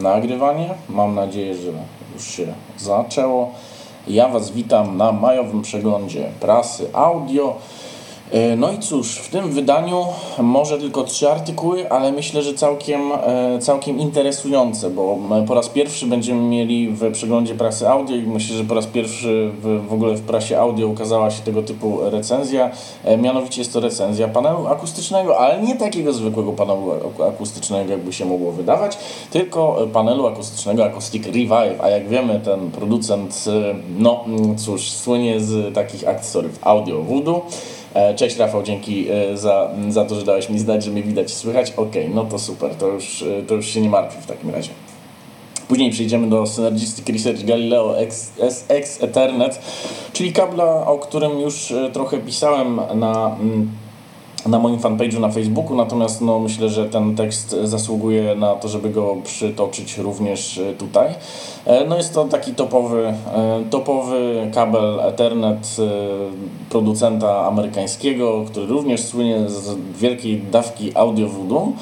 nagrywanie. Mam nadzieję, że już się zaczęło. Ja Was witam na majowym przeglądzie prasy audio. No i cóż, w tym wydaniu może tylko 3 artykuły, ale myślę, że całkiem interesujące, bo po raz pierwszy będziemy mieli w przeglądzie prasy audio i myślę, że po raz pierwszy w ogóle w prasie audio ukazała się tego typu recenzja. Mianowicie jest to recenzja panelu akustycznego, ale nie takiego zwykłego panelu akustycznego, jakby się mogło wydawać, tylko panelu akustycznego Acoustic Revive, a jak wiemy, ten producent, no cóż, słynie z takich akcesoriów audio voodoo. Cześć Rafał, dzięki za to, że dałeś mi znać, że mnie widać i słychać. Okej, no to super, to już się nie martwi w takim razie. Później przejdziemy do Synergistic Research Galileo SX Ethernet, czyli kabla, o którym już trochę pisałem na moim fanpage'u na Facebooku, natomiast no, myślę, że ten tekst zasługuje na to, żeby go przytoczyć również tutaj. No jest to taki topowy kabel Ethernet producenta amerykańskiego, który również słynie z wielkiej dawki audio voodoo.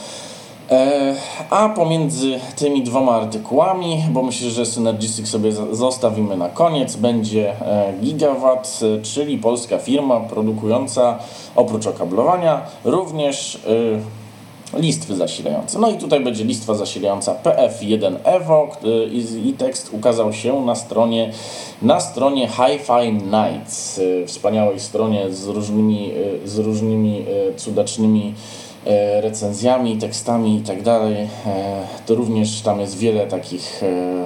A pomiędzy tymi dwoma artykułami, bo myślę, że Synergistic sobie zostawimy na koniec, będzie Gigawatt, czyli polska firma produkująca oprócz okablowania również listwy zasilające. No i tutaj będzie listwa zasilająca PF1 Evo i tekst ukazał się na stronie Hi-Fi Nights, wspaniałej stronie z różnymi cudacznymi recenzjami, tekstami i tak dalej. To również tam jest wiele takich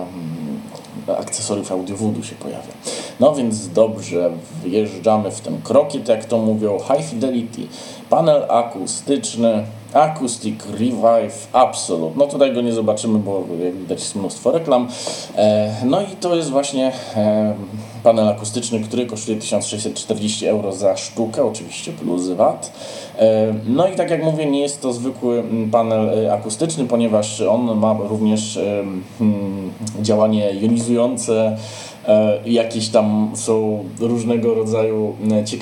akcesoriów audio voodoo się pojawia. No więc dobrze, wjeżdżamy w ten krokiet, jak to mówią. High Fidelity, panel akustyczny, Acoustic Revive Absolute. No tutaj go nie zobaczymy, bo jak widać jest mnóstwo reklam. No i to jest właśnie panel akustyczny, który kosztuje 1640 euro za sztukę, oczywiście plus VAT. No i tak jak mówię, nie jest to zwykły panel akustyczny, ponieważ on ma również działanie jonizujące. Jakieś tam są różnego rodzaju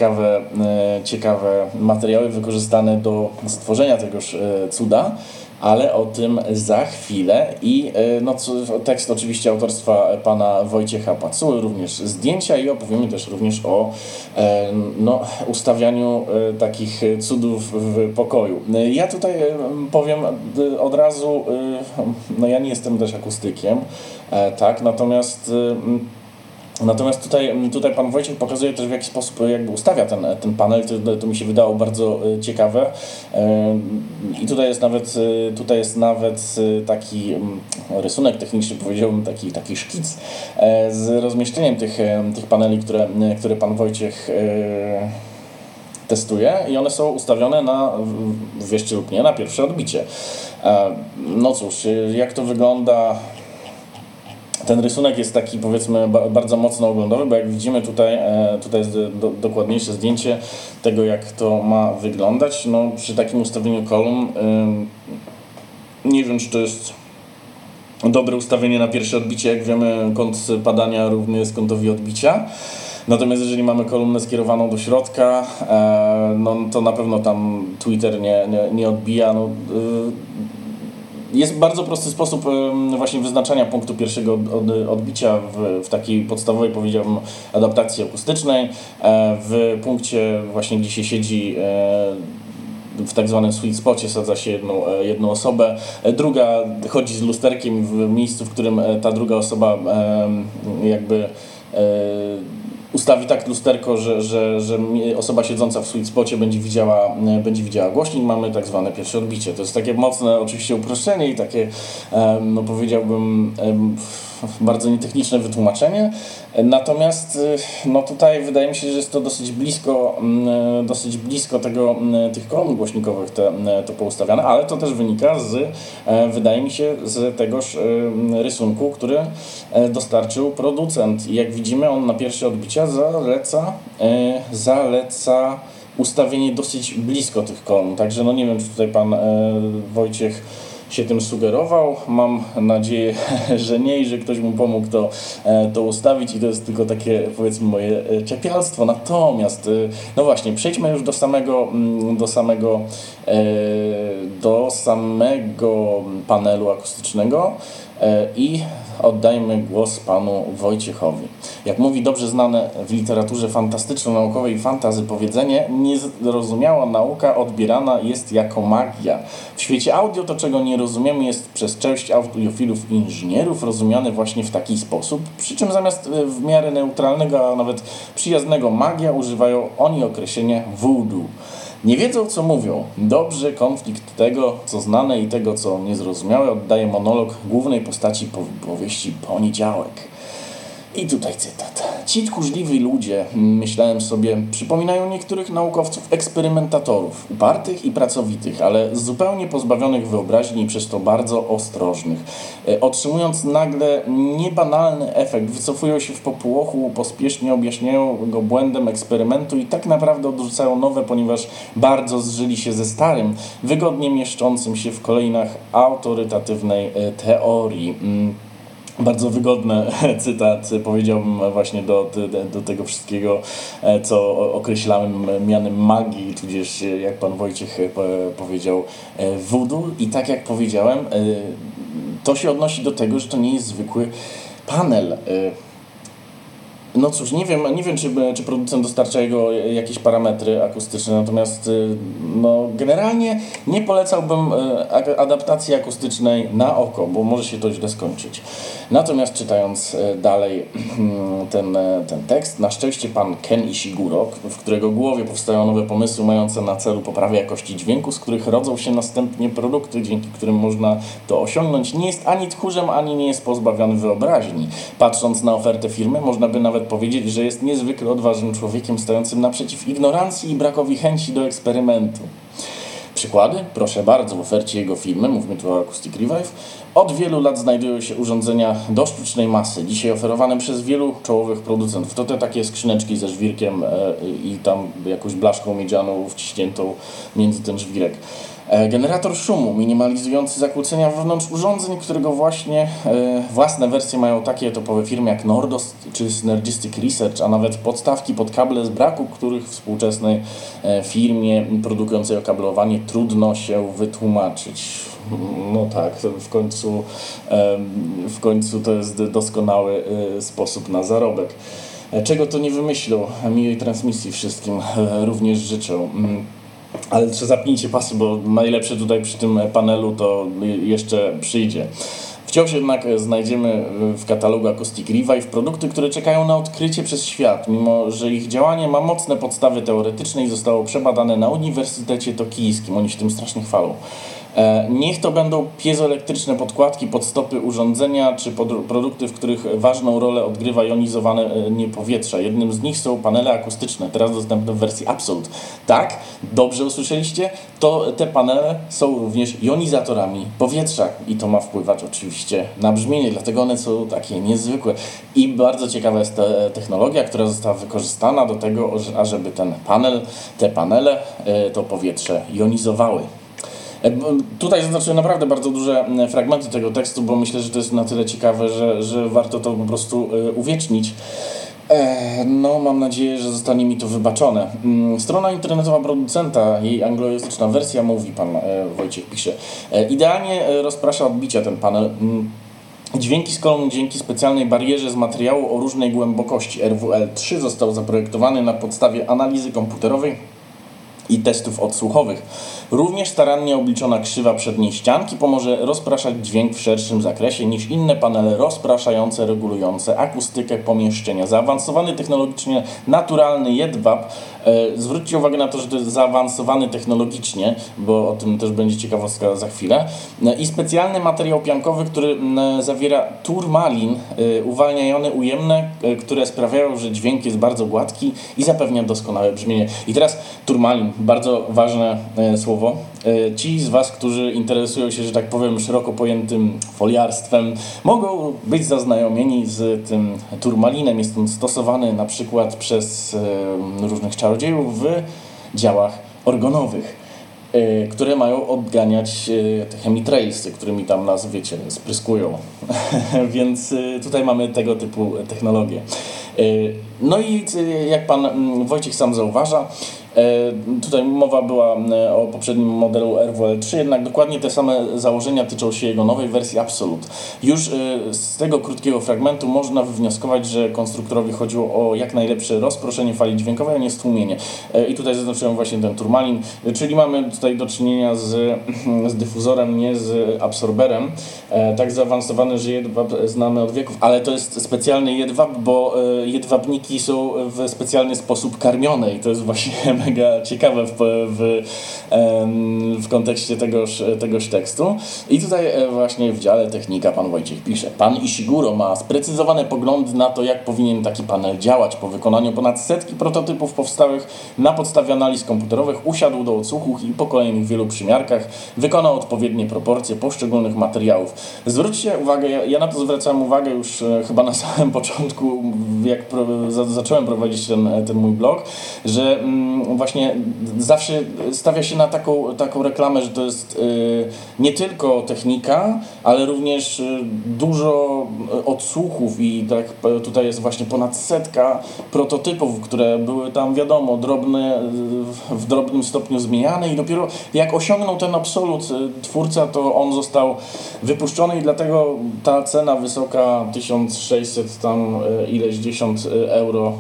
ciekawe materiały wykorzystane do stworzenia tegoż cuda, ale o tym za chwilę. I no, tekst oczywiście autorstwa pana Wojciecha Pacuły, również zdjęcia i opowiemy też również o ustawianiu takich cudów w pokoju. Ja tutaj powiem od razu, no ja nie jestem też akustykiem, tak, Natomiast tutaj pan Wojciech pokazuje też, w jaki sposób jakby ustawia ten panel. To mi się wydało bardzo ciekawe. I tutaj jest nawet taki rysunek techniczny, powiedziałbym, taki szkic z rozmieszczeniem tych paneli, które pan Wojciech testuje i one są ustawione na, wierzcie lub nie, na pierwsze odbicie. No cóż, jak to wygląda? Ten rysunek jest taki, powiedzmy, bardzo mocno oglądowy, bo jak widzimy tutaj jest dokładniejsze zdjęcie tego, jak to ma wyglądać. No, przy takim ustawieniu kolumn nie wiem, czy to jest dobre ustawienie na pierwsze odbicie. Jak wiemy, kąt padania równy jest kątowi odbicia. Natomiast jeżeli mamy kolumnę skierowaną do środka, no to na pewno tam Twitter nie odbija. Jest bardzo prosty sposób właśnie wyznaczania punktu pierwszego odbicia w takiej podstawowej, powiedziałbym, adaptacji akustycznej. W punkcie właśnie, gdzie się siedzi w tak zwanym sweet spocie, sadza się jedną osobę, druga chodzi z lusterkiem w miejscu, w którym ta druga osoba jakby ustawi tak lusterko, że osoba siedząca w sweet spocie będzie widziała głośnik. Mamy tak zwane pierwsze odbicie. To jest takie mocne oczywiście uproszczenie i takie, no powiedziałbym, bardzo nietechniczne wytłumaczenie. Natomiast no tutaj wydaje mi się, że jest to dosyć blisko tych kolumn głośnikowych to poustawiane, ale to też wynika wydaje mi się, z tegoż rysunku, który dostarczył producent. I jak widzimy, on na pierwsze odbicia zaleca ustawienie dosyć blisko tych kolumn. Także no nie wiem, czy tutaj pan Wojciech się tym sugerował. Mam nadzieję, że nie i że ktoś mu pomógł to ustawić i to jest tylko takie, powiedzmy, moje czepialstwo. Natomiast, no właśnie, przejdźmy już do samego panelu akustycznego. i oddajmy głos panu Wojciechowi. Jak mówi dobrze znane w literaturze fantastyczno-naukowej fantasy powiedzenie, niezrozumiała nauka odbierana jest jako magia. W świecie audio to, czego nie rozumiemy, jest przez część audiofilów i inżynierów rozumiane właśnie w taki sposób, przy czym zamiast w miarę neutralnego, a nawet przyjaznego magia używają oni określenia voodoo. Nie wiedzą, co mówią. Dobrze konflikt tego, co znane i tego, co niezrozumiałe, oddaje monolog głównej postaci powieści Poniedziałek. I tutaj cytat. Ci tchórzliwi ludzie, myślałem sobie, przypominają niektórych naukowców eksperymentatorów, upartych i pracowitych, ale zupełnie pozbawionych wyobraźni i przez to bardzo ostrożnych. Otrzymując nagle niebanalny efekt, wycofują się w popłochu, pospiesznie objaśniają go błędem eksperymentu i tak naprawdę odrzucają nowe, ponieważ bardzo zżyli się ze starym, wygodnie mieszczącym się w kolejnach autorytatywnej teorii. Bardzo wygodny cytat, powiedziałbym, właśnie do tego wszystkiego, co określałem mianem magii, tudzież, jak pan Wojciech powiedział, voodoo. I tak jak powiedziałem, to się odnosi do tego, że to nie jest zwykły panel. No cóż, nie wiem czy producent dostarcza jego jakieś parametry akustyczne, natomiast no, generalnie nie polecałbym adaptacji akustycznej na oko, bo może się to źle skończyć. Natomiast czytając dalej ten tekst, na szczęście pan Ken Ishiguro, w którego głowie powstają nowe pomysły mające na celu poprawę jakości dźwięku, z których rodzą się następnie produkty, dzięki którym można to osiągnąć, nie jest ani tchórzem, ani nie jest pozbawiony wyobraźni. Patrząc na ofertę firmy, można by nawet powiedzieć, że jest niezwykle odważnym człowiekiem stojącym naprzeciw ignorancji i brakowi chęci do eksperymentu. Przykłady? Proszę bardzo, w ofercie jego firmy, mówmy tu o Acoustic Revive, od wielu lat znajdują się urządzenia do sztucznej masy, dzisiaj oferowane przez wielu czołowych producentów. To te takie skrzyneczki ze żwirkiem i tam jakąś blaszką miedzianą wciśniętą między ten żwirek. Generator szumu minimalizujący zakłócenia wewnątrz urządzeń, którego właśnie własne wersje mają takie topowe firmy jak Nordos czy Synergistic Research, a nawet podstawki pod kable, z braku których współczesnej firmie produkującej okablowanie trudno się wytłumaczyć. No tak, w końcu to jest doskonały sposób na zarobek. Czego to nie wymyślą, miłej transmisji wszystkim również życzę. Ale zapnijcie pasy, bo najlepsze tutaj przy tym panelu to jeszcze przyjdzie. Wciąż jednak znajdziemy w katalogu Acoustic Revive produkty, które czekają na odkrycie przez świat, mimo że ich działanie ma mocne podstawy teoretyczne i zostało przebadane na Uniwersytecie Tokijskim. Oni się tym strasznie chwalą. Niech to będą piezoelektryczne podkładki pod stopy urządzenia, czy produkty, w których ważną rolę odgrywa jonizowane powietrza. Jednym z nich są panele akustyczne, teraz dostępne w wersji Absolute. Tak, dobrze usłyszeliście, to te panele są również jonizatorami powietrza i to ma wpływać oczywiście na brzmienie, dlatego one są takie niezwykłe. I bardzo ciekawa jest ta technologia, która została wykorzystana do tego, ażeby te panele to powietrze jonizowały. Tutaj zaznaczyłem naprawdę bardzo duże fragmenty tego tekstu, bo myślę, że to jest na tyle ciekawe, że warto to po prostu uwiecznić. No, mam nadzieję, że zostanie mi to wybaczone. Strona internetowa producenta, jej anglojęzyczna wersja mówi, pan Wojciech pisze, idealnie rozprasza odbicia ten panel. Dźwięki z kolumn dzięki specjalnej barierze z materiału o różnej głębokości RWL3 został zaprojektowany na podstawie analizy komputerowej i testów odsłuchowych. Również starannie obliczona krzywa przedniej ścianki pomoże rozpraszać dźwięk w szerszym zakresie niż inne panele rozpraszające, regulujące akustykę pomieszczenia. Zaawansowany technologicznie naturalny jedwab. Zwróćcie uwagę na to, że to jest zaawansowany technologicznie, bo o tym też będzie ciekawostka za chwilę. I specjalny materiał piankowy, który zawiera turmalin, uwalnia jony ujemne, które sprawiają, że dźwięk jest bardzo gładki i zapewnia doskonałe brzmienie. I teraz turmalin, bardzo ważne słowo. Ci z Was, którzy interesują się, że tak powiem, szeroko pojętym foliarstwem, mogą być zaznajomieni z tym turmalinem. Jest on stosowany na przykład przez różnych czarodziejów w działach organowych, które mają odganiać te chemitrailsy, którymi tam nas, wiecie, spryskują. Więc tutaj mamy tego typu technologie. No i jak pan Wojciech sam zauważa, Tutaj mowa była o poprzednim modelu RWL3, jednak dokładnie te same założenia tyczą się jego nowej wersji Absolute. Już z tego krótkiego fragmentu można wywnioskować, że konstruktorowi chodziło o jak najlepsze rozproszenie fali dźwiękowej, a nie stłumienie. I tutaj zaznaczyłem właśnie ten turmalin, czyli mamy tutaj do czynienia z dyfuzorem, nie z absorberem. Tak zaawansowany, że jedwab znamy od wieków, ale to jest specjalny jedwab, bo jedwabniki są w specjalny sposób karmione i to jest właśnie mega ciekawe w kontekście tegoż tekstu. I tutaj właśnie w dziale technika pan Wojciech pisze: pan Ishiguro ma sprecyzowane poglądy na to, jak powinien taki panel działać. Po wykonaniu ponad setki prototypów powstałych na podstawie analiz komputerowych usiadł do odsłuchów i po kolejnych wielu przymiarkach wykonał odpowiednie proporcje poszczególnych materiałów. Zwróćcie uwagę, ja na to zwracałem uwagę już chyba na samym początku, jak zacząłem prowadzić ten mój blog, że właśnie zawsze stawia się na taką reklamę, że to jest nie tylko technika, ale również dużo odsłuchów i tak tutaj jest właśnie ponad setka prototypów, które były tam wiadomo w drobnym stopniu zmieniane i dopiero jak osiągnął ten absolut twórca, to on został wypuszczony i dlatego ta cena wysoka 1600 tam ileś 10 euro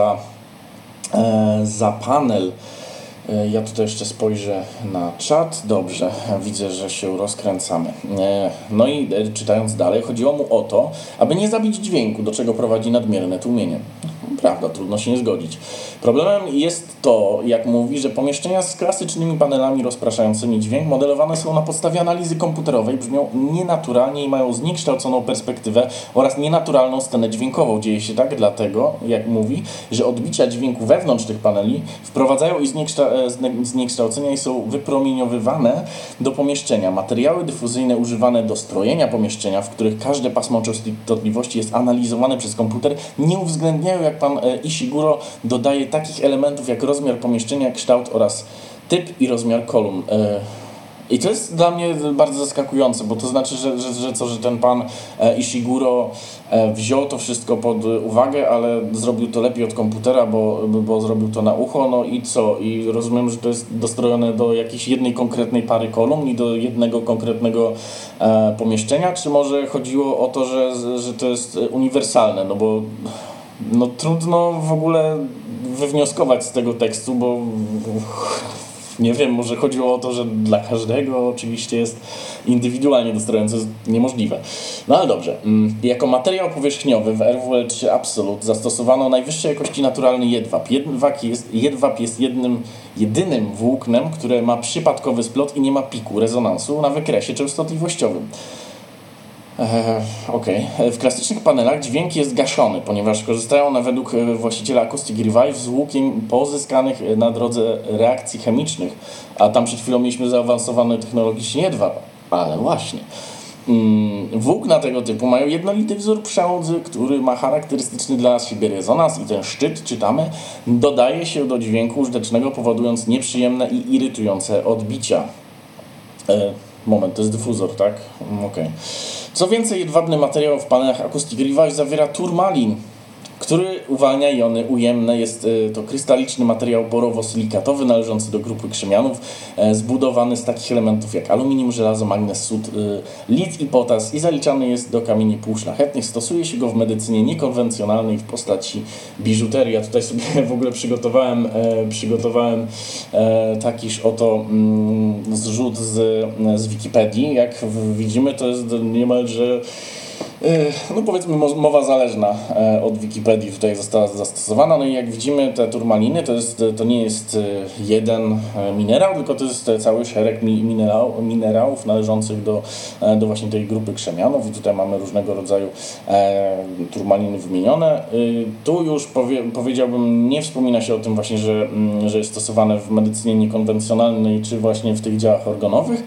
za panel. Ja tutaj jeszcze spojrzę na czat. Dobrze, widzę, że się rozkręcamy. No i czytając dalej, chodziło mu o to, aby nie zabić dźwięku, do czego prowadzi nadmierne tłumienie. Prawda, trudno się nie zgodzić. Problemem jest to, jak mówi, że pomieszczenia z klasycznymi panelami rozpraszającymi dźwięk modelowane są na podstawie analizy komputerowej, brzmią nienaturalnie i mają zniekształconą perspektywę oraz nienaturalną scenę dźwiękową. Dzieje się tak dlatego, jak mówi, że odbicia dźwięku wewnątrz tych paneli wprowadzają i zniekształcenia i są wypromieniowywane do pomieszczenia. Materiały dyfuzyjne używane do strojenia pomieszczenia, w których każde pasmo częstotliwości jest analizowane przez komputer, nie uwzględniają, jak pan Ishiguro dodaje, takich elementów jak rozmiar pomieszczenia, kształt oraz typ i rozmiar kolumn. I to jest dla mnie bardzo zaskakujące, bo to znaczy, że ten pan Ishiguro wziął to wszystko pod uwagę, ale zrobił to lepiej od komputera, bo zrobił to na ucho, no i co? I rozumiem, że to jest dostrojone do jakiejś jednej konkretnej pary kolumn i do jednego konkretnego pomieszczenia, czy może chodziło o to, że to jest uniwersalne, no bo no trudno w ogóle wywnioskować z tego tekstu, bo nie wiem, może chodziło o to, że dla każdego oczywiście jest indywidualnie dostrojone, co jest niemożliwe. No ale dobrze. Jako materiał powierzchniowy w RWL3 Absolute zastosowano najwyższej jakości naturalny jedwab. Jedwab jest jedynym włóknem, które ma przypadkowy splot i nie ma piku rezonansu na wykresie częstotliwościowym. W klasycznych panelach dźwięk jest gaszony, ponieważ korzystają one według właściciela Acoustic Revive z łukiem pozyskanych na drodze reakcji chemicznych, a tam przed chwilą mieliśmy zaawansowany technologicznie jedwab. Ale właśnie. Włókna tego typu mają jednolity wzór przędzy, który ma charakterystyczny dla siebie rezonans i ten szczyt, czytamy, dodaje się do dźwięku użytecznego, powodując nieprzyjemne i irytujące odbicia. Moment, to jest dyfuzor, tak? Okej. Co więcej, jedwabny materiał w panelach Acoustic Revive zawiera turmalin, który uwalnia jony ujemne. Jest to krystaliczny materiał borowo-silikatowy należący do grupy krzemianów, zbudowany z takich elementów jak aluminium, żelazo, magnez, sód, lit i potas i zaliczany jest do kamieni półszlachetnych. Stosuje się go w medycynie niekonwencjonalnej w postaci biżuterii. Ja tutaj sobie w ogóle przygotowałem takiż oto zrzut z Wikipedii. Jak widzimy, to jest niemalże no powiedzmy mowa zależna od Wikipedii tutaj została zastosowana. No i jak widzimy, te turmaliny to nie jest jeden minerał, tylko to jest cały szereg minerałów należących do właśnie tej grupy krzemianów i tutaj mamy różnego rodzaju turmaliny wymienione. Tu już powiedziałbym, nie wspomina się o tym właśnie, że jest stosowane w medycynie niekonwencjonalnej czy właśnie w tych działach organowych.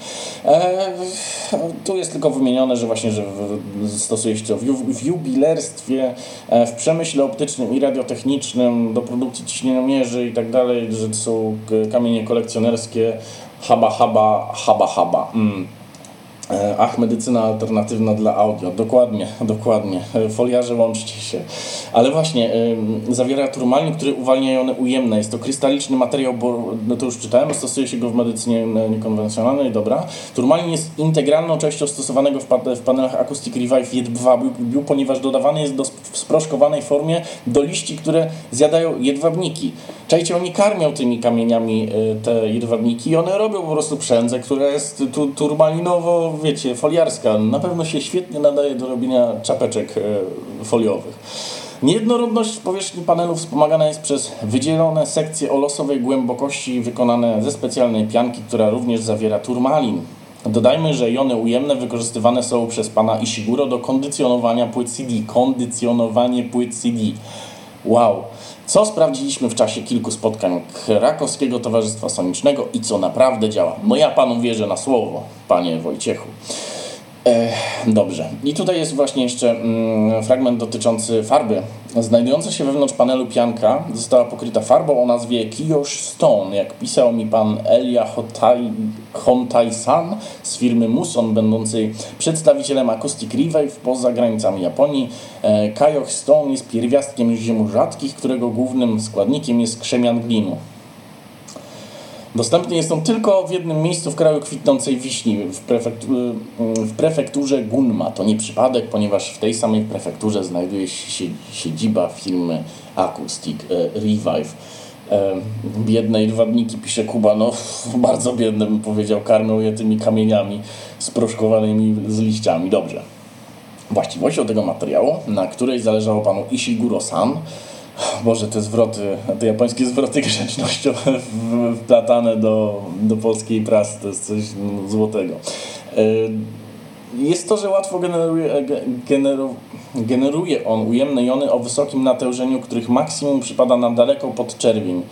Tu jest tylko wymienione, że właśnie, że stosuje się to w jubilerstwie, w przemyśle optycznym i radiotechnicznym, do produkcji ciśnieniomierzy i tak dalej, że to są kamienie kolekcjonerskie, haba. Ach, medycyna alternatywna dla audio. Dokładnie. Foliarze, łączcie się. Ale właśnie, zawiera turmalin, który uwalnia jony ujemne. Jest to krystaliczny materiał, bo no to już czytałem, stosuje się go w medycynie niekonwencjonalnej, dobra. Turmalin jest integralną częścią stosowanego w panelach Acoustic Revive jedwabiu, ponieważ dodawany jest w sproszkowanej formie do liści, które zjadają jedwabniki. Czajcie, oni karmią tymi kamieniami te jedwabniki i one robią po prostu przędzę, która jest turmalinowo, wiecie, foliarska. Na pewno się świetnie nadaje do robienia czapeczek foliowych. Niejednorodność powierzchni panelu wspomagana jest przez wydzielone sekcje o losowej głębokości wykonane ze specjalnej pianki, która również zawiera turmalin. Dodajmy, że jony ujemne wykorzystywane są przez pana Ishiguro do kondycjonowania płyt CD. Kondycjonowanie płyt CD. Wow! Co sprawdziliśmy w czasie kilku spotkań Krakowskiego Towarzystwa Sonicznego i co naprawdę działa. No ja panu wierzę na słowo, panie Wojciechu. Dobrze. I tutaj jest właśnie jeszcze fragment dotyczący farby. Znajdująca się wewnątrz panelu pianka została pokryta farbą o nazwie Kiyosh Stone, jak pisał mi pan Elia Hontai-san z firmy Muson, będącej przedstawicielem Acoustic Revive poza granicami Japonii. Kiyosh Stone jest pierwiastkiem ziemu rzadkich, którego głównym składnikiem jest krzemian glinu. Dostępny jest on tylko w jednym miejscu w kraju kwitnącej wiśni, w prefekturze Gunma. To nie przypadek, ponieważ w tej samej prefekturze znajduje się siedziba firmy Acoustic Revive. Biedne jedwabniki, pisze Kuba, no bardzo biedne bym powiedział, karmią je tymi kamieniami sproszkowanymi z liściami. Dobrze. Właściwością tego materiału, na której zależało panu Ishiguro-san, Boże, te japońskie zwroty grzecznościowe wplatane do polskiej prasy, to jest coś złotego. Jest to, że łatwo generuje on ujemne jony o wysokim natężeniu, których maksimum przypada na daleką podczerwień.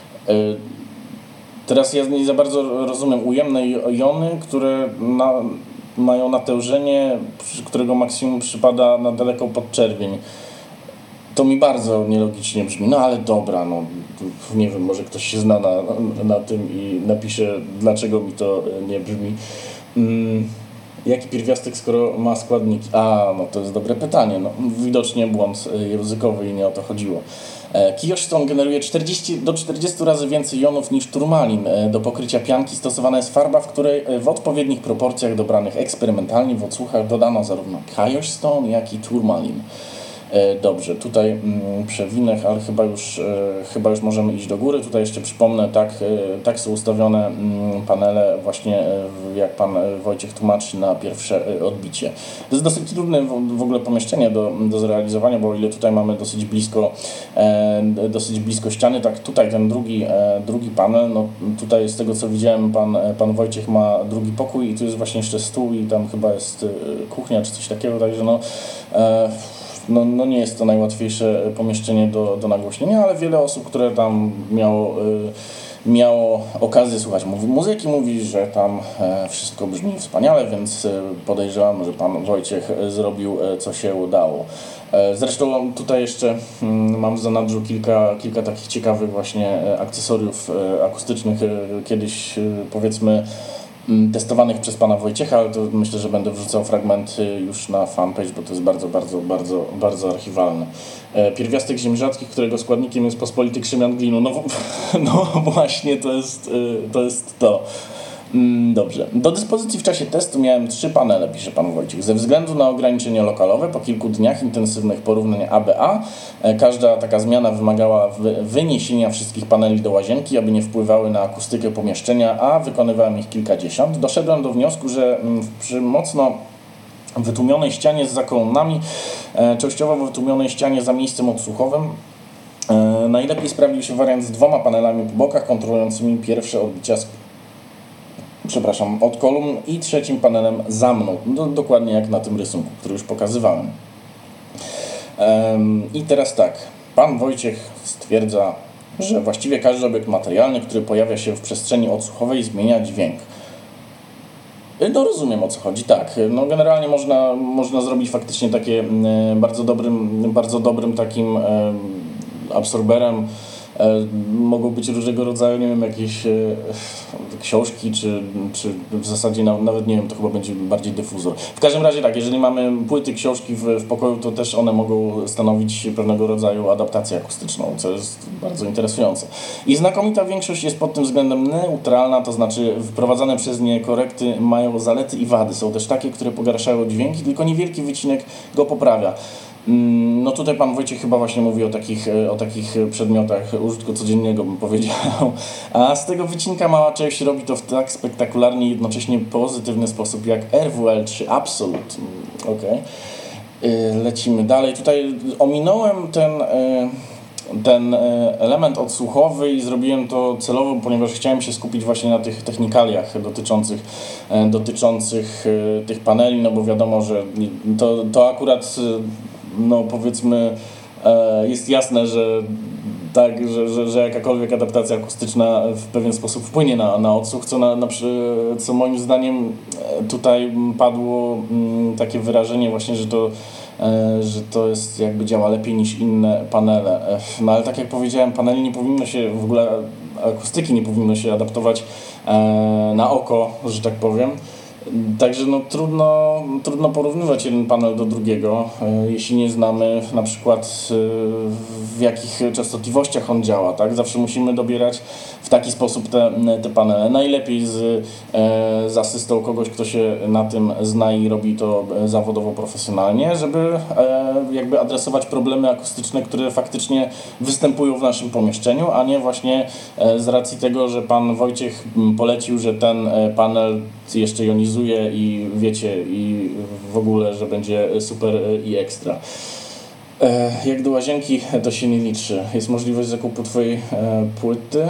Teraz ja nie za bardzo rozumiem. Ujemne jony, które mają natężenie, którego maksimum przypada na daleką podczerwień. To mi bardzo nielogicznie brzmi, no ale dobra, no nie wiem, może ktoś się zna na tym i napisze, dlaczego mi to nie brzmi. Jaki pierwiastek, skoro ma składniki? No to jest dobre pytanie, no widocznie błąd językowy i nie o to chodziło. Kiyosh Stone generuje 40 do 40 razy więcej jonów niż turmalin. Do pokrycia pianki stosowana jest farba, w której w odpowiednich proporcjach dobranych eksperymentalnie w odsłuchach dodano zarówno Kiyosh Stone, jak i turmalin. Dobrze, tutaj przewinę, ale chyba już możemy iść do góry. Tutaj jeszcze przypomnę, tak są ustawione panele właśnie, jak pan Wojciech tłumaczy, na pierwsze odbicie. To jest dosyć trudne w ogóle pomieszczenie do zrealizowania, bo o ile tutaj mamy dosyć blisko ściany, tak tutaj ten drugi panel, no tutaj z tego co widziałem, pan Wojciech ma drugi pokój i tu jest właśnie jeszcze stół i tam chyba jest kuchnia czy coś takiego, także no nie jest to najłatwiejsze pomieszczenie do nagłośnienia, ale wiele osób, które tam miało okazję słuchać muzyki, mówi, że tam wszystko brzmi wspaniale, więc podejrzewam, że pan Wojciech zrobił, co się udało. Zresztą tutaj jeszcze mam w zanadrzu kilka takich ciekawych właśnie akcesoriów akustycznych, kiedyś powiedzmy testowanych przez pana Wojciecha, ale to myślę, że będę wrzucał fragmenty już na fanpage, bo to jest bardzo archiwalne. Pierwiastek ziem rzadkich, którego składnikiem jest pospolity krzemian glinu. No właśnie, to jest to. Dobrze. Do dyspozycji w czasie testu miałem 3 panele, pisze pan Wojciech. Ze względu na ograniczenia lokalowe, po kilku dniach intensywnych porównań ABA, każda taka zmiana wymagała wyniesienia wszystkich paneli do łazienki, aby nie wpływały na akustykę pomieszczenia, a wykonywałem ich kilkadziesiąt. Doszedłem do wniosku, że przy mocno wytłumionej ścianie z zakolonami, częściowo wytłumionej ścianie za miejscem odsłuchowym, najlepiej sprawdził się wariant z 2 panelami po bokach kontrolującymi pierwsze odbicia od kolumn i 3 panelem za mną. Dokładnie jak na tym rysunku, który już pokazywałem. I teraz tak, pan Wojciech stwierdza, że właściwie każdy obiekt materialny, który pojawia się w przestrzeni odsłuchowej, zmienia dźwięk. No rozumiem, o co chodzi, tak. No generalnie można zrobić faktycznie takie bardzo dobrym takim absorberem Mogą być różnego rodzaju, nie wiem, jakieś książki, czy w zasadzie nawet nie wiem, to chyba będzie bardziej dyfuzor. W każdym razie tak, jeżeli mamy płyty, książki w pokoju, to też one mogą stanowić pewnego rodzaju adaptację akustyczną, co jest bardzo interesujące. I znakomita większość jest pod tym względem neutralna, to znaczy wprowadzane przez nie korekty mają zalety i wady. Są też takie, które pogarszają dźwięki, tylko niewielki wycinek go poprawia. No tutaj pan Wojciech chyba właśnie mówi o takich przedmiotach użytku codziennego, bym powiedział. A z tego wycinka mała część robi to w tak spektakularnie i jednocześnie pozytywny sposób jak RWL czy Absolute. Okay. Lecimy dalej. Tutaj ominąłem ten element odsłuchowy i zrobiłem to celowo, ponieważ chciałem się skupić właśnie na tych technikaliach dotyczących tych paneli, no bo wiadomo, że to akurat, no powiedzmy, jest jasne, że tak, że jakakolwiek adaptacja akustyczna w pewien sposób wpłynie na odsłuch, co moim zdaniem tutaj padło takie wyrażenie właśnie, że to jest jakby działa lepiej niż inne panele. No ale tak jak powiedziałem, paneli nie powinno się, w ogóle akustyki nie powinno się adaptować na oko, że tak powiem. Także no, trudno porównywać jeden panel do drugiego, jeśli nie znamy na przykład w jakich częstotliwościach on działa, tak? Zawsze musimy dobierać w taki sposób te panele. Najlepiej z asystą kogoś, kto się na tym zna i robi to zawodowo, profesjonalnie, żeby jakby adresować problemy akustyczne, które faktycznie występują w naszym pomieszczeniu, a nie właśnie z racji tego, że pan Wojciech polecił, że ten panel jeszcze jonizuje i wiecie, i w ogóle, że będzie super i ekstra. Jak do łazienki to się nie liczy. Jest możliwość zakupu twojej płyty.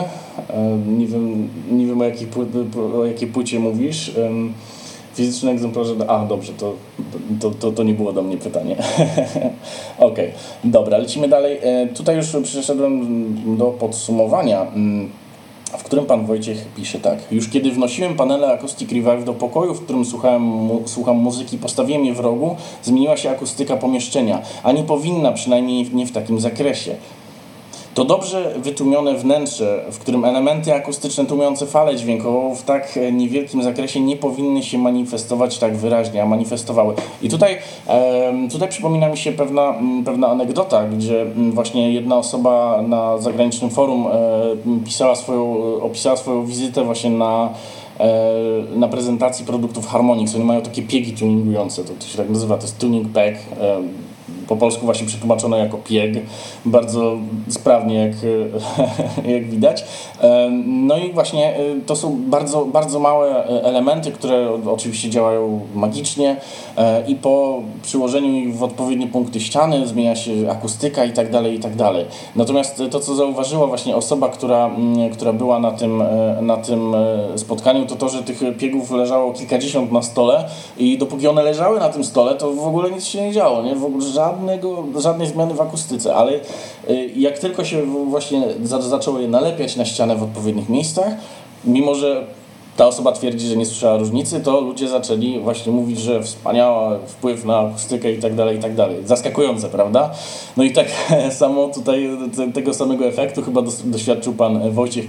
Nie wiem o jakiej płycie mówisz. Fizyczne egzemplarze... dobrze, to nie było do mnie pytanie. Okej, dobra, lecimy dalej. Tutaj już przeszedłem do podsumowania, w którym pan Wojciech pisze tak. Już kiedy wnosiłem panele Acoustic Revive do pokoju, w którym słucham muzyki, postawiłem je w rogu, zmieniła się akustyka pomieszczenia, a nie powinna, przynajmniej nie w takim zakresie. To dobrze wytłumione wnętrze, w którym elementy akustyczne tłumiące falę dźwiękową w tak niewielkim zakresie nie powinny się manifestować tak wyraźnie, a manifestowały. I tutaj przypomina mi się pewna anegdota, gdzie właśnie jedna osoba na zagranicznym forum opisała swoją wizytę właśnie na prezentacji produktów Harmonix. Oni mają takie piegi tuningujące, to się tak nazywa, to jest tuning peg. Po polsku właśnie przetłumaczone jako pieg, bardzo sprawnie jak widać. No i właśnie to są bardzo, bardzo małe elementy, które oczywiście działają magicznie i po przyłożeniu ich w odpowiednie punkty ściany zmienia się akustyka i tak dalej, i tak dalej. Natomiast to, co zauważyła właśnie osoba, która była na tym spotkaniu, to, że tych piegów leżało kilkadziesiąt na stole i dopóki one leżały na tym stole, to w ogóle nic się nie działo, nie? W ogóle żadnej zmiany w akustyce, ale jak tylko się właśnie zaczęło je nalepiać na ścianę w odpowiednich miejscach, mimo że ta osoba twierdzi, że nie słyszała różnicy, to ludzie zaczęli właśnie mówić, że wspaniały wpływ na akustykę i tak dalej, i tak dalej. Zaskakujące, prawda? No i tak samo tutaj tego samego efektu chyba doświadczył pan Wojciech,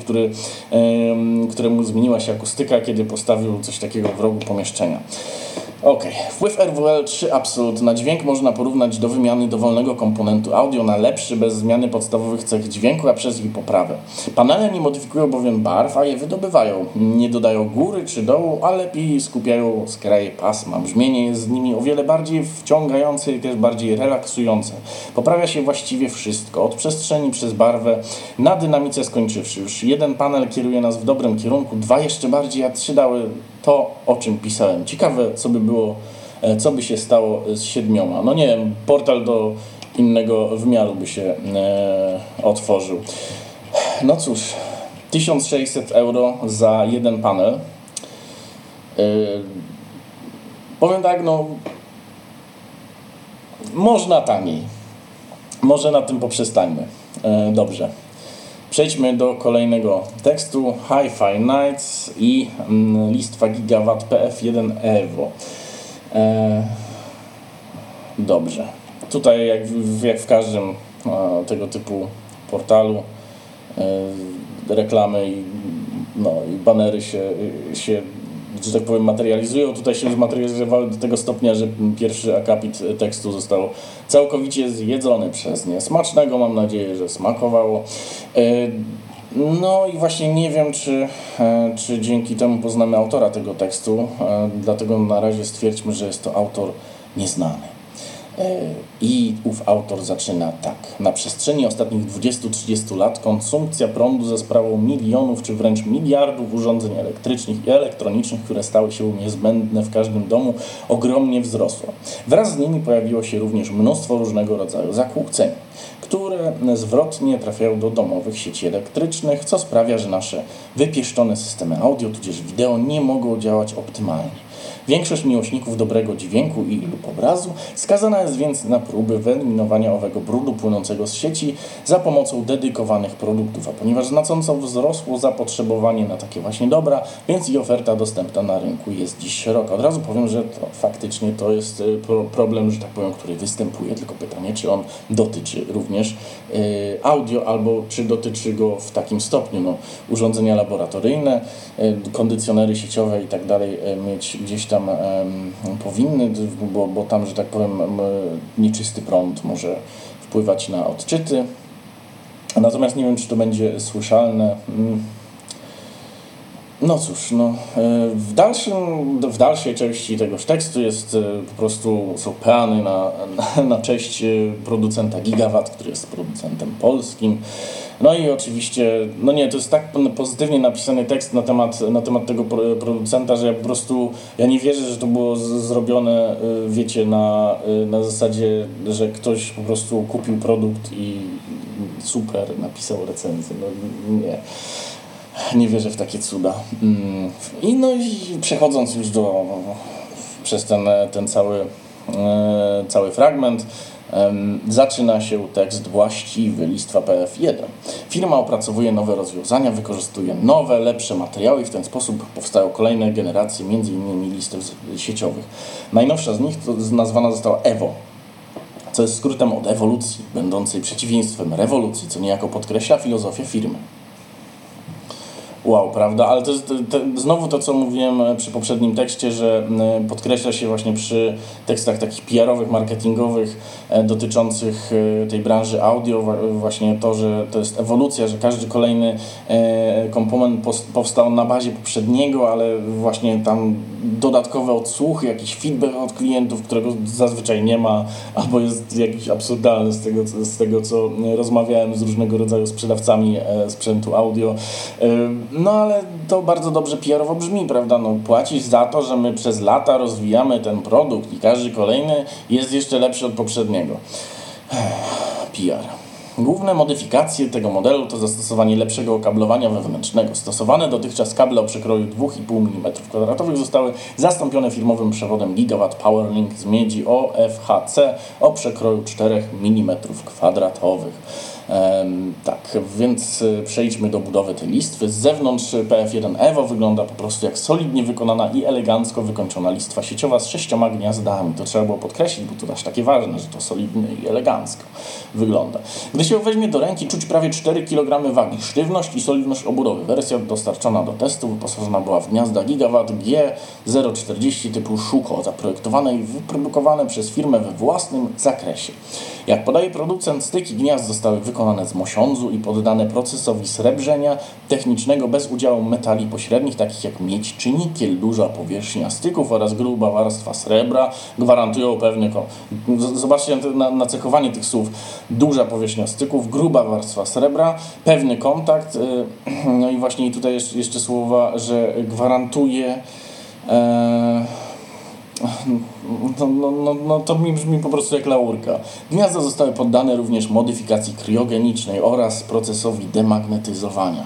któremu zmieniła się akustyka, kiedy postawił coś takiego w rogu pomieszczenia. Wpływ RWL 3 Absolute na dźwięk można porównać do wymiany dowolnego komponentu audio na lepszy bez zmiany podstawowych cech dźwięku, a przez ich poprawę. Panele nie modyfikują bowiem barw, a je wydobywają. Nie dodają góry czy dołu, a lepiej skupiają skraje pasma. Brzmienie jest z nimi o wiele bardziej wciągające i też bardziej relaksujące. Poprawia się właściwie wszystko, od przestrzeni przez barwę, na dynamice skończywszy. Już jeden panel kieruje nas w dobrym kierunku, dwa jeszcze bardziej, a trzy dały to, o czym pisałem. Ciekawe, co by się stało z 7. No nie wiem, portal do innego wymiaru by się otworzył. No cóż, 1600 euro za jeden panel. Powiem tak, no można taniej. Może na tym poprzestańmy. Dobrze. Przejdźmy do kolejnego tekstu. Hi-Fi Nights i listwa gigawatt PF1 Evo. Dobrze. Tutaj jak w każdym tego typu portalu reklamy i banery się, że tak powiem, materializują. Tutaj się zmaterializowały do tego stopnia, że pierwszy akapit tekstu został całkowicie zjedzony przez nie. Smacznego, mam nadzieję, że smakowało. No i właśnie nie wiem, czy dzięki temu poznamy autora tego tekstu, dlatego na razie stwierdźmy, że jest to autor nieznany. I ów autor zaczyna tak. Na przestrzeni ostatnich 20-30 lat konsumpcja prądu za sprawą milionów czy wręcz miliardów urządzeń elektrycznych i elektronicznych, które stały się niezbędne w każdym domu, ogromnie wzrosła. Wraz z nimi pojawiło się również mnóstwo różnego rodzaju zakłóceń, które zwrotnie trafiają do domowych sieci elektrycznych, co sprawia, że nasze wypieszczone systemy audio tudzież wideo nie mogą działać optymalnie. Większość miłośników dobrego dźwięku i lub obrazu skazana jest więc na próby wyeliminowania owego brudu płynącego z sieci za pomocą dedykowanych produktów, a ponieważ znacząco wzrosło zapotrzebowanie na takie właśnie dobra, więc i oferta dostępna na rynku jest dziś szeroka. Od razu powiem, że faktycznie to jest problem, że tak powiem, który występuje, tylko pytanie, czy on dotyczy również audio, albo czy dotyczy go w takim stopniu. Urządzenia laboratoryjne, kondycjonery sieciowe i tak dalej mieć gdzieś tam powinny, bo tam, że tak powiem, nieczysty prąd może wpływać na odczyty. Natomiast nie wiem, czy to będzie słyszalne. No cóż, w dalszej części tegoż tekstu jest po prostu są peany na cześć producenta Gigawatt, który jest producentem polskim. No i oczywiście, to jest tak pozytywnie napisany tekst na temat tego producenta, że ja po prostu, ja nie wierzę, że to było zrobione, wiecie, na zasadzie, że ktoś po prostu kupił produkt i super napisał recenzję. Nie wierzę w takie cuda. I przechodząc już przez ten cały fragment, zaczyna się tekst właściwy, listwa PF1. Firma opracowuje nowe rozwiązania, wykorzystuje nowe, lepsze materiały i w ten sposób powstają kolejne generacje, m.in. listów sieciowych. Najnowsza z nich nazwana została EVO, co jest skrótem od ewolucji, będącej przeciwieństwem rewolucji, co niejako podkreśla filozofię firmy. Wow, prawda? Ale to jest znowu to, co mówiłem przy poprzednim tekście, że podkreśla się właśnie przy tekstach takich PR-owych, marketingowych dotyczących tej branży audio właśnie to, że to jest ewolucja, że każdy kolejny komponent powstał na bazie poprzedniego, ale właśnie tam dodatkowe odsłuchy, jakiś feedback od klientów, którego zazwyczaj nie ma, albo jest jakiś absurdalny z tego co rozmawiałem z różnego rodzaju sprzedawcami sprzętu audio. Ale to bardzo dobrze PR-owo brzmi, prawda? Płacisz za to, że my przez lata rozwijamy ten produkt i każdy kolejny jest jeszcze lepszy od poprzedniego. PR. Główne modyfikacje tego modelu to zastosowanie lepszego okablowania wewnętrznego. Stosowane dotychczas kable o przekroju 2,5 mm2 zostały zastąpione firmowym przewodem Gigawatt PowerLink z miedzi OFHC o przekroju 4 mm2. Tak, więc przejdźmy do budowy tej listwy. Z zewnątrz PF1 Evo wygląda po prostu jak solidnie wykonana i elegancko wykończona listwa sieciowa z 6 gniazdami. To trzeba było podkreślić, bo to aż takie ważne, że to solidnie i elegancko wygląda. Gdy się weźmie do ręki, czuć prawie 4 kg wagi, sztywność i solidność obudowy. Wersja dostarczona do testu wyposażona była w gniazda Gigawatt G040 typu Shuko, zaprojektowane i wyprodukowane przez firmę we własnym zakresie. Jak podaje producent, styki gniazd zostały wykonane z mosiądzu i poddane procesowi srebrzenia technicznego bez udziału metali pośrednich, takich jak miedź czy nikiel. Duża powierzchnia styków oraz gruba warstwa srebra gwarantują pewne... Zobaczcie na cechowanie tych słów. Duża powierzchnia styków, gruba warstwa srebra, pewny kontakt. I właśnie tutaj jeszcze słowa, że gwarantuje... To mi brzmi po prostu jak laurka. Gniazda zostały poddane również modyfikacji kriogenicznej oraz procesowi demagnetyzowania.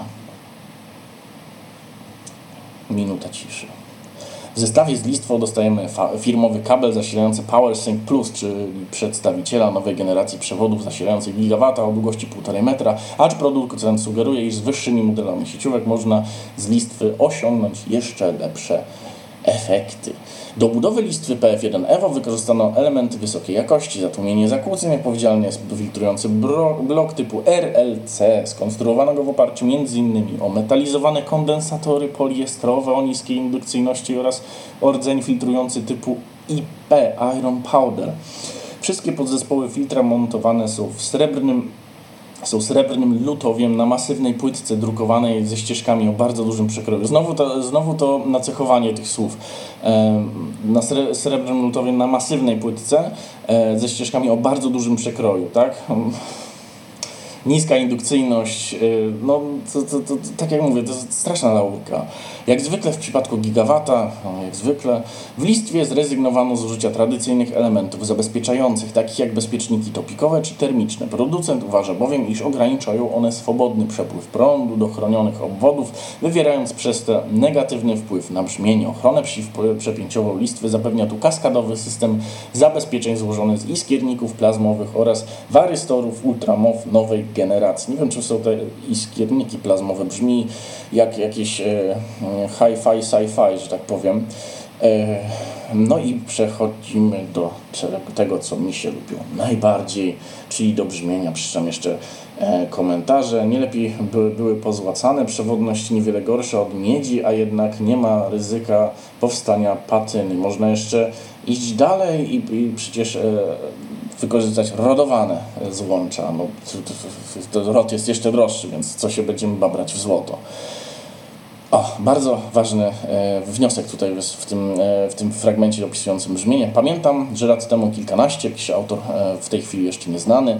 Minuta ciszy. W zestawie z listwą dostajemy firmowy kabel zasilający PowerSync Plus, czyli przedstawiciela nowej generacji przewodów zasilających gigawata o długości 1,5 metra, acz producent sugeruje, iż z wyższymi modelami sieciówek można z listwy osiągnąć jeszcze lepsze efekty. Do budowy listwy PF1 EVO wykorzystano elementy wysokiej jakości, zatłumienie zakłóceń, jak powiedziałem, jest filtrujący blok typu RLC, skonstruowanego w oparciu m.in. o metalizowane kondensatory poliestrowe o niskiej indukcyjności oraz rdzeń filtrujący typu IP, Iron Powder. Wszystkie podzespoły filtra montowane są srebrnym lutowiem na masywnej płytce drukowanej ze ścieżkami o bardzo dużym przekroju. Znowu to nacechowanie tych słów. Srebrnym lutowiem na masywnej płytce ze ścieżkami o bardzo dużym przekroju, tak? Niska indukcyjność, no to tak jak mówię, to jest straszna laurka. Jak zwykle w przypadku gigawata, jak zwykle, w listwie zrezygnowano z użycia tradycyjnych elementów zabezpieczających, takich jak bezpieczniki topikowe czy termiczne. Producent uważa bowiem, iż ograniczają one swobodny przepływ prądu do chronionych obwodów, wywierając przez to negatywny wpływ na brzmienie. Ochronę przeciwprzepięciową listwy zapewnia tu kaskadowy system zabezpieczeń złożony z iskierników plazmowych oraz warystorów ultramow nowej generacji. Nie wiem, czy są te iskierniki plazmowe, brzmi jak jakieś hi-fi, sci-fi, że tak powiem. No i przechodzimy do tego, co mi się lubią najbardziej, czyli do brzmienia. Przeczytam jeszcze komentarze. Nie lepiej były pozłacane, przewodność niewiele gorsza od miedzi, a jednak nie ma ryzyka powstania patyny. Można jeszcze iść dalej i przecież wykorzystać rodowane złącza. No, to rod jest jeszcze droższy, więc co się będziemy babrać w złoto. Bardzo ważny wniosek tutaj jest w tym fragmencie opisującym brzmienie. Pamiętam, że lat temu kilkanaście, jakiś autor w tej chwili jeszcze nieznany,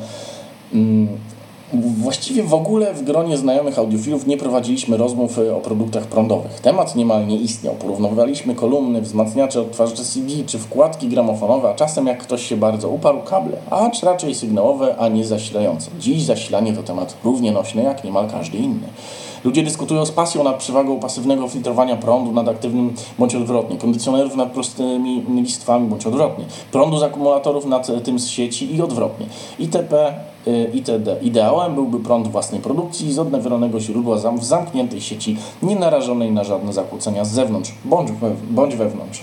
właściwie w ogóle w gronie znajomych audiofilów nie prowadziliśmy rozmów o produktach prądowych. Temat niemal nie istniał. Porównywaliśmy kolumny, wzmacniacze, odtwarzacze CD czy wkładki gramofonowe, a czasem jak ktoś się bardzo uparł, kable, acz raczej sygnałowe, a nie zasilające. Dziś zasilanie to temat równie nośny jak niemal każdy inny. Ludzie dyskutują z pasją nad przewagą pasywnego filtrowania prądu nad aktywnym bądź odwrotnie, kondycjonerów nad prostymi listwami bądź odwrotnie, prądu z akumulatorów nad tym z sieci i odwrotnie, itp. itd. Ideałem byłby prąd własnej produkcji z odnawionego źródła w zamkniętej sieci, nie narażonej na żadne zakłócenia z zewnątrz bądź wewnątrz.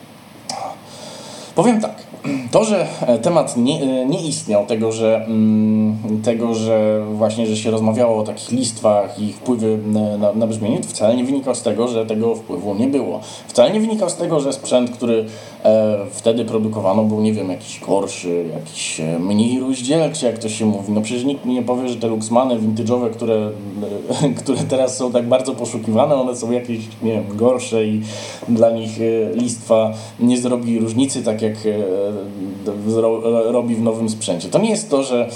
Powiem tak, to, że temat nie istniał, tego, że właśnie, że się rozmawiało o takich listwach i ich wpływie na brzmienie, to wcale nie wynikał z tego, że tego wpływu nie było. Wcale nie wynikał z tego, że sprzęt, który wtedy produkowano, był, nie wiem, jakiś gorszy, jakiś mniej rozdzielczy, jak to się mówi. No przecież nikt mi nie powie, że te Luxmany vintage'owe, które teraz są tak bardzo poszukiwane, one są jakieś, nie wiem, gorsze i dla nich listwa nie zrobi różnicy, tak jak robi w nowym sprzęcie. To nie jest to, że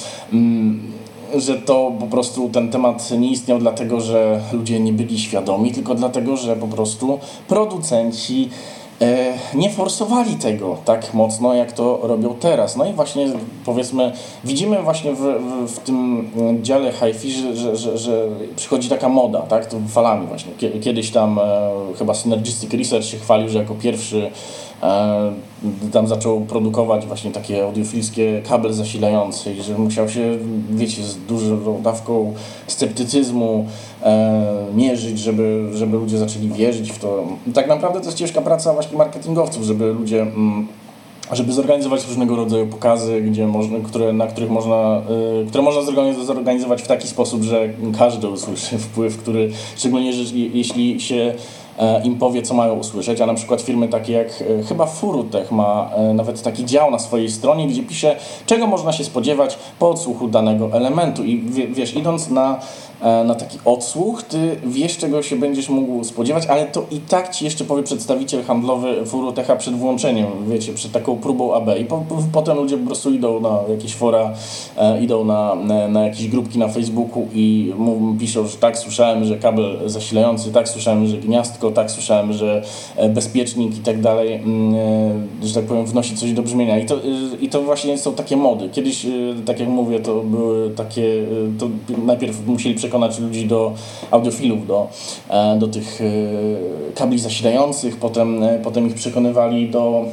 to po prostu ten temat nie istniał dlatego, że ludzie nie byli świadomi, tylko dlatego, że po prostu producenci nie forsowali tego tak mocno, jak to robią teraz. No i właśnie, powiedzmy, widzimy właśnie w tym dziale hi-fi, że przychodzi taka moda, tak, to falami właśnie. Kiedyś tam chyba Synergistic Research się chwalił, że jako pierwszy tam zaczął produkować właśnie takie audiofilskie kable zasilające i że musiał się, wiecie, z dużą dawką sceptycyzmu mierzyć, żeby ludzie zaczęli wierzyć w to. Tak naprawdę to jest ciężka praca właśnie marketingowców, żeby ludzie żeby zorganizować różnego rodzaju pokazy, które można zorganizować w taki sposób, że każdy usłyszy wpływ, który, szczególnie jeśli się im powie, co mają usłyszeć, a na przykład firmy takie jak chyba Furutech ma nawet taki dział na swojej stronie, gdzie pisze, czego można się spodziewać po odsłuchu danego elementu i wiesz, idąc na taki odsłuch, ty wiesz, czego się będziesz mógł spodziewać, ale to i tak ci jeszcze powie przedstawiciel handlowy Furutecha przed włączeniem, wiecie, przed taką próbą AB i potem ludzie po prostu idą na jakieś fora, idą na jakieś grupki na Facebooku i piszą, że tak, słyszałem, że kabel zasilający, tak, słyszałem, że gniazdko, tak, słyszałem, że bezpiecznik i tak dalej, że tak powiem, wnosi coś do brzmienia i to właśnie są takie mody. Kiedyś, tak jak mówię, to były takie, to najpierw musieli przekonać ludzi do audiofilów, do tych kabli zasilających, potem ich przekonywali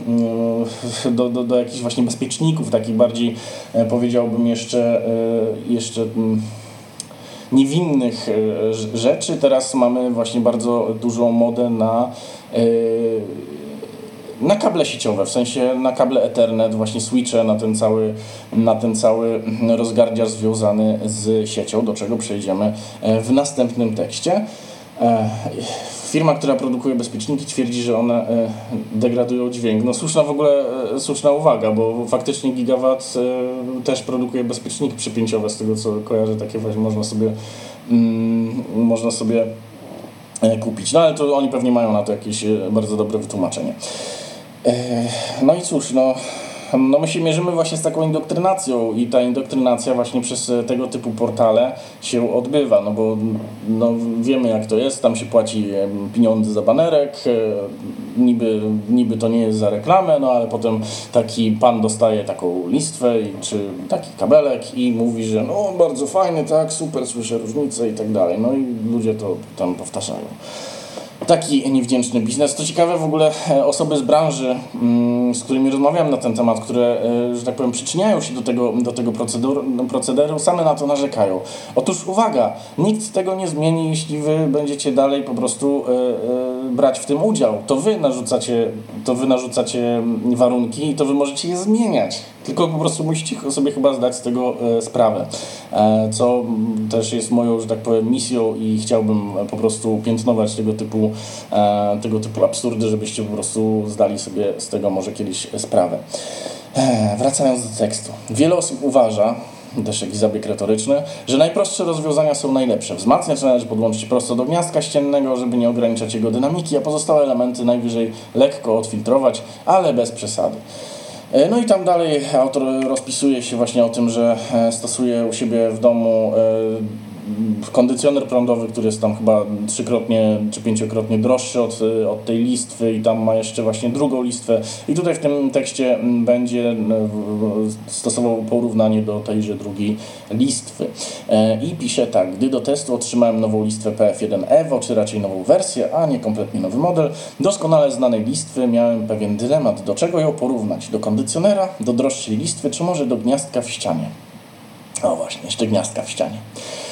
do jakichś właśnie bezpieczników, takich bardziej, powiedziałbym, jeszcze niewinnych rzeczy. Teraz mamy właśnie bardzo dużą modę na kable sieciowe, w sensie na kable Ethernet, właśnie switche, na ten cały rozgardiarz związany z siecią, do czego przejdziemy w następnym tekście. Firma, która produkuje bezpieczniki, twierdzi, że one degradują dźwięk. No słuszna uwaga, bo faktycznie Gigawatt też produkuje bezpieczniki przypięciowe, z tego co kojarzę, takie właśnie można sobie kupić. No ale to oni pewnie mają na to jakieś bardzo dobre wytłumaczenie. No i cóż, my się mierzymy właśnie z taką indoktrynacją i ta indoktrynacja właśnie przez tego typu portale się odbywa, bo wiemy jak to jest, tam się płaci pieniądze za banerek, niby to nie jest za reklamę, ale potem taki pan dostaje taką listwę czy taki kabelek i mówi, że bardzo fajny, tak, super, słyszę różnicę i tak dalej, i ludzie to tam powtarzają. Taki niewdzięczny biznes. To ciekawe, w ogóle osoby z branży, z którymi rozmawiam na ten temat, które, że tak powiem, przyczyniają się do tego procederu, same na to narzekają. Otóż uwaga, nikt tego nie zmieni, jeśli wy będziecie dalej po prostu brać w tym udział. To wy narzucacie warunki i to wy możecie je zmieniać. Tylko po prostu musicie sobie chyba zdać z tego sprawę, co też jest moją, że tak powiem, misją i chciałbym po prostu piętnować tego typu absurdy, żebyście po prostu zdali sobie z tego może kiedyś sprawę. Wracając do tekstu. Wiele osób uważa, też jakiś zabieg retoryczny, że najprostsze rozwiązania są najlepsze. Wzmacniacz należy podłączyć prosto do gniazdka ściennego, żeby nie ograniczać jego dynamiki, a pozostałe elementy najwyżej lekko odfiltrować, ale bez przesady. No i tam dalej autor rozpisuje się właśnie o tym, że stosuje u siebie w domu kondycjoner prądowy, który jest tam chyba 3-krotnie czy 5-krotnie droższy od tej listwy i tam ma jeszcze właśnie drugą listwę i tutaj w tym tekście będzie stosował porównanie do tejże drugiej listwy. I pisze tak: gdy do testu otrzymałem nową listwę PF1 Evo, czy raczej nową wersję, a nie kompletnie nowy model, doskonale znanej listwy, miałem pewien dylemat, do czego ją porównać, do kondycjonera, do droższej listwy, czy może do gniazdka w ścianie. O właśnie, jeszcze gniazdka w ścianie.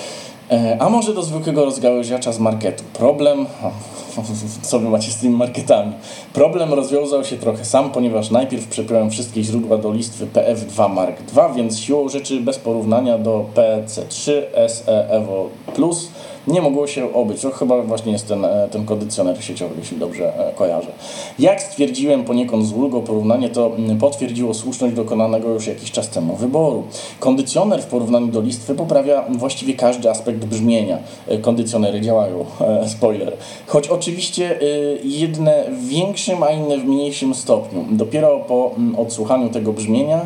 A może do zwykłego rozgałęziacza z marketu. Problem, co wy macie z tymi marketami? Problem rozwiązał się trochę sam, ponieważ najpierw przepiąłem wszystkie źródła do listwy PF2 Mark II, więc siłą rzeczy bez porównania do PC3 SE Evo Plus nie mogło się obyć. To chyba właśnie jest ten kondycjoner sieciowy, jeśli dobrze kojarzę. Jak stwierdziłem poniekąd z ulgą, porównanie to potwierdziło słuszność dokonanego już jakiś czas temu wyboru. Kondycjoner w porównaniu do listwy poprawia właściwie każdy aspekt brzmienia. Kondycjonery działają, spoiler. Choć oczywiście jedne w większym, a inne w mniejszym stopniu. Dopiero po odsłuchaniu tego brzmienia,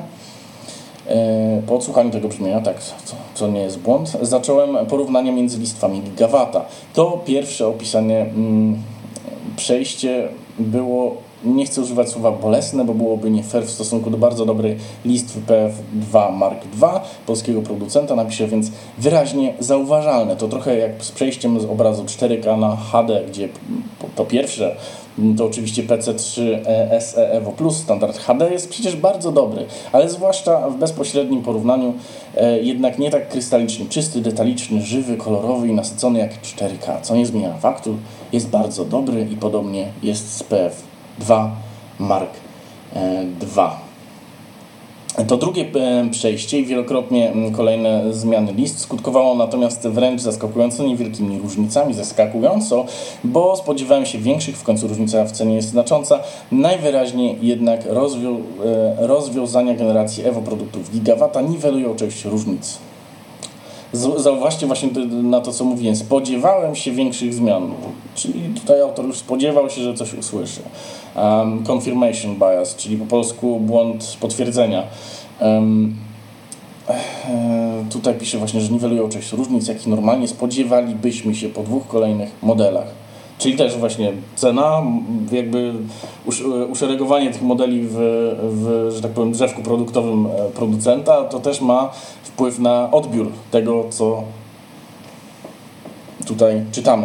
tak, co nie jest błąd, zacząłem porównanie między listwami Gigawata. To pierwsze opisanie, przejście było, nie chcę używać słowa bolesne, bo byłoby nie fair w stosunku do bardzo dobrej listwy PF2 Mark II polskiego producenta, napiszę więc wyraźnie zauważalne. To trochę jak z przejściem z obrazu 4K na HD, gdzie po pierwsze to oczywiście PC3 SE Evo Plus, standard HD jest przecież bardzo dobry, ale zwłaszcza w bezpośrednim porównaniu jednak nie tak krystalicznie czysty, detaliczny, żywy, kolorowy i nasycony jak 4K, co nie zmienia faktu, jest bardzo dobry i podobnie jest z PF2 Mark II. To drugie przejście i wielokrotnie kolejne zmiany list skutkowało natomiast wręcz zaskakująco niewielkimi różnicami. Zaskakująco, bo spodziewałem się większych, w końcu różnica w cenie jest znacząca. Najwyraźniej jednak rozwiązania generacji Evo produktów Gigawata niwelują część różnic. Zauważcie właśnie na to, co mówiłem. Spodziewałem się większych zmian. Czyli tutaj autor już spodziewał się, że coś usłyszy. Confirmation bias, czyli po polsku błąd potwierdzenia. Tutaj pisze właśnie, że niwelują część różnic, jakich normalnie spodziewalibyśmy się po dwóch kolejnych modelach. Czyli też właśnie cena, jakby uszeregowanie tych modeli w, że tak powiem, drzewku produktowym producenta, to też ma wpływ na odbiór tego, co tutaj czytamy.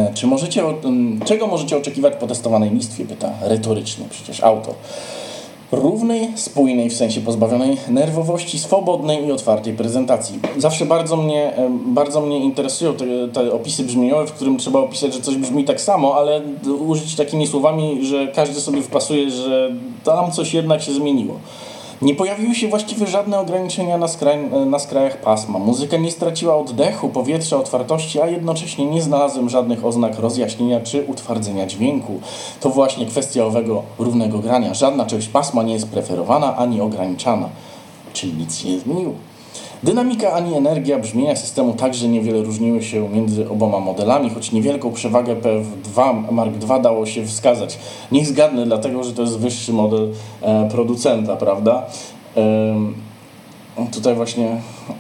Czego możecie oczekiwać po testowanej listwie? Pyta retorycznie przecież autor. równej, spójnej, w sensie pozbawionej nerwowości, swobodnej i otwartej prezentacji. Zawsze bardzo mnie interesują te opisy brzmieniowe, w którym trzeba opisać, że coś brzmi tak samo, ale użyć takimi słowami, że każdy sobie wpasuje, że tam coś jednak się zmieniło. Nie pojawiły się właściwie żadne ograniczenia na skrajach pasma. Muzyka nie straciła oddechu, powietrza, otwartości, a jednocześnie nie znalazłem żadnych oznak rozjaśnienia czy utwardzenia dźwięku. To właśnie kwestia owego równego grania. Żadna część pasma nie jest preferowana ani ograniczana. Czyli nic się nie zmieniło. Dynamika ani energia brzmienia systemu także niewiele różniły się między oboma modelami, choć niewielką przewagę PF2 Mark II dało się wskazać. Niech zgadnę, dlatego że to jest wyższy model producenta, prawda? Tutaj właśnie...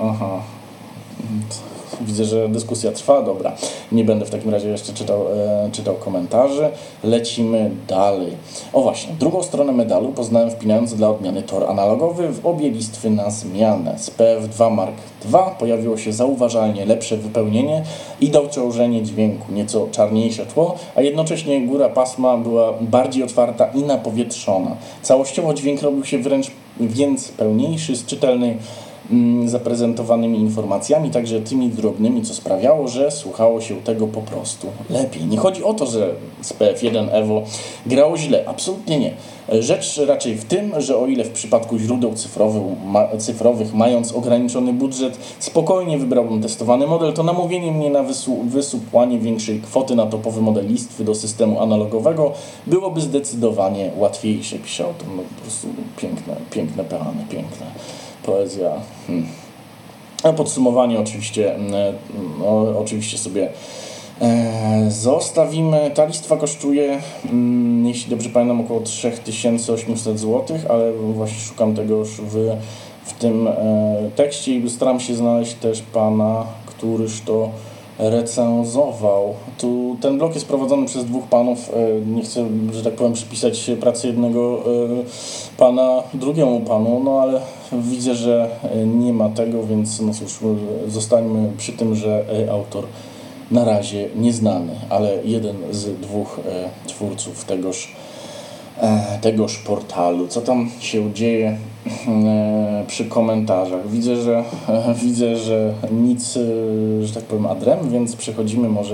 Widzę, że dyskusja trwa, dobra. Nie będę w takim razie jeszcze czytał komentarzy. Lecimy dalej. O właśnie, drugą stronę medalu poznałem wpinając dla odmiany tor analogowy w obie listwy na zmianę. Z PF2 Mark II pojawiło się zauważalnie lepsze wypełnienie i dociążenie dźwięku, nieco czarniejsze tło, a jednocześnie góra pasma była bardziej otwarta i napowietrzona. Całościowo dźwięk robił się więc pełniejszy, z czytelnej zaprezentowanymi informacjami, także tymi drobnymi, co sprawiało, że słuchało się tego po prostu lepiej. Nie chodzi o to, że z PF1 Evo grało źle, absolutnie nie. Rzecz raczej w tym, że o ile w przypadku źródeł cyfrowych mając ograniczony budżet, spokojnie wybrałbym testowany model, to namówienie mnie na wysupłanie większej kwoty na topowy model listwy do systemu analogowego byłoby zdecydowanie łatwiejsze. Pisze o tym, po prostu piękne peany, piękne. Poezja. A podsumowanie oczywiście sobie zostawimy. Ta listwa kosztuje, jeśli dobrze pamiętam, około 3800 zł, ale właśnie szukam tego już w tym tekście i staram się znaleźć też pana, któryż to recenzował. Tu ten blog jest prowadzony przez dwóch panów. Nie chcę, że tak powiem, przypisać pracy jednego pana drugiemu panu, no ale widzę, że nie ma tego, więc no cóż, zostańmy przy tym, że autor na razie nieznany, ale jeden z dwóch twórców tegoż portalu. Co tam się dzieje przy komentarzach? Widzę, że nic, że tak powiem, ad rem, więc przechodzimy może